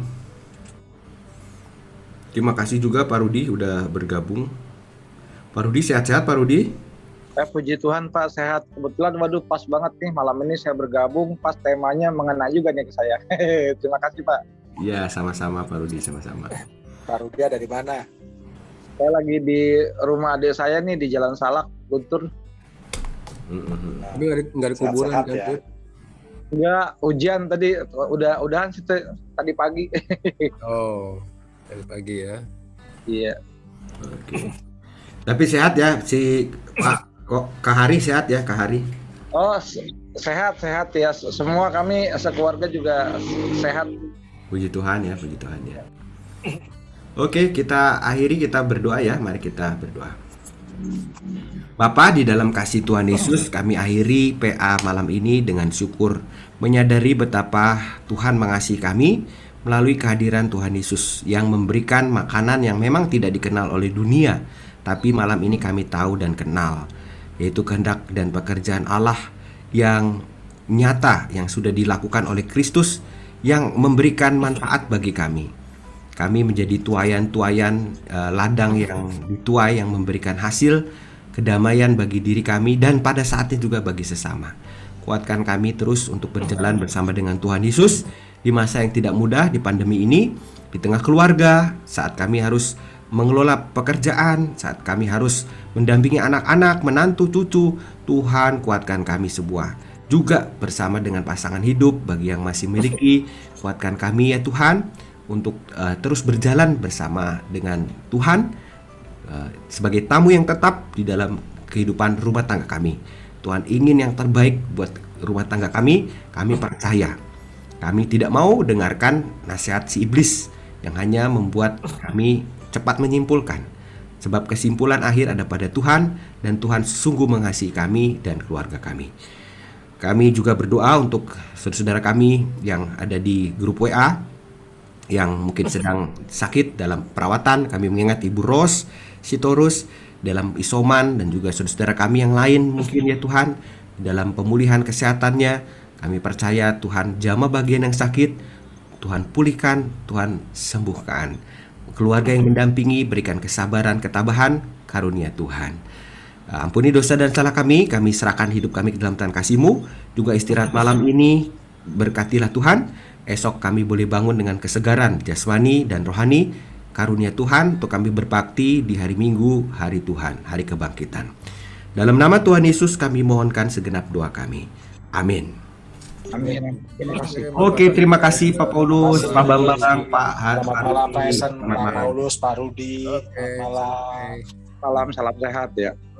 B: Terima kasih juga Pak Rudi udah bergabung. Pak Rudi sehat-sehat Pak Rudi?
C: Puji Tuhan Pak, sehat. Kebetulan waduh pas banget nih malam ini saya bergabung, pas temanya mengena juga nih ke saya. Terima kasih Pak.
B: Ya, sama-sama Pak Rudi, sama-sama.
A: Pak Rudi ada di mana?
C: Saya lagi di rumah adik saya nih di Jalan Salak, Guntur.
D: Tapi nggak ada kuburan
A: Sehat-sehat
D: kan?
A: ya.
D: Tut?
C: Enggak, hujan tadi udahan sih tadi pagi.
D: Oh, dari pagi ya.
C: Iya.
B: Oke. Tapi sehat ya si Pak, kok Kak Hari sehat ya Kak Hari?
C: Oh, sehat ya. Semua kami sekeluarga juga sehat.
B: Puji Tuhan ya, puji Tuhan ya. Oke, kita akhiri, kita berdoa ya. Mari kita berdoa. Bapa, di dalam kasih Tuhan Yesus, kami akhiri PA malam ini dengan syukur, menyadari betapa Tuhan mengasihi kami melalui kehadiran Tuhan Yesus yang memberikan makanan yang memang tidak dikenal oleh dunia, tapi malam ini kami tahu dan kenal, yaitu kehendak dan pekerjaan Allah yang nyata, yang sudah dilakukan oleh Kristus, yang memberikan manfaat bagi kami. Kami menjadi tuayan-tuayan ladang yang dituai, yang memberikan hasil kedamaian bagi diri kami dan pada saatnya juga bagi sesama. Kuatkan kami terus untuk berjalan bersama dengan Tuhan Yesus di masa yang tidak mudah, di pandemi ini, di tengah keluarga, saat kami harus mengelola pekerjaan, saat kami harus mendampingi anak-anak, menantu, cucu. Tuhan, kuatkan kami semua. Juga bersama dengan pasangan hidup, bagi yang masih miliki, kuatkan kami ya Tuhan, untuk terus berjalan bersama dengan Tuhan sebagai tamu yang tetap di dalam kehidupan rumah tangga kami. Tuhan ingin yang terbaik buat rumah tangga kami percaya. Kami tidak mau dengarkan nasihat si iblis yang hanya membuat kami cepat menyimpulkan. Sebab kesimpulan akhir ada pada Tuhan, dan Tuhan sungguh mengasihi kami dan keluarga kami. Kami juga berdoa untuk saudara-saudara kami yang ada di grup WA yang mungkin sedang sakit dalam perawatan. Kami mengingat Ibu Ros Sitorus dalam isoman, dan juga saudara-saudara kami yang lain mungkin ya Tuhan dalam pemulihan kesehatannya. Kami percaya Tuhan jamah bagian yang sakit, Tuhan pulihkan, Tuhan sembuhkan. Keluarga yang mendampingi berikan kesabaran, ketabahan, karunia Tuhan. Ampuni dosa dan salah kami serahkan hidup kami ke dalam tangan kasih-Mu. Juga istirahat malam ini berkatilah Tuhan. Esok kami boleh bangun dengan kesegaran jasmani dan rohani. Karunia Tuhan untuk kami berbakti di hari Minggu, hari Tuhan, hari kebangkitan. Dalam nama Tuhan Yesus kami mohonkan segenap doa kami. Amin.
C: Amin. Terima kasih.
B: Oke, terima kasih Pak Paulus, Pak Bambang, Pak
A: Selamat malam Pak Esen,
B: Selamat
A: Pak
B: malam.
A: Paulus, Pak Rudi.
D: Oke.
A: Selamat malam.
C: Salam sehat ya.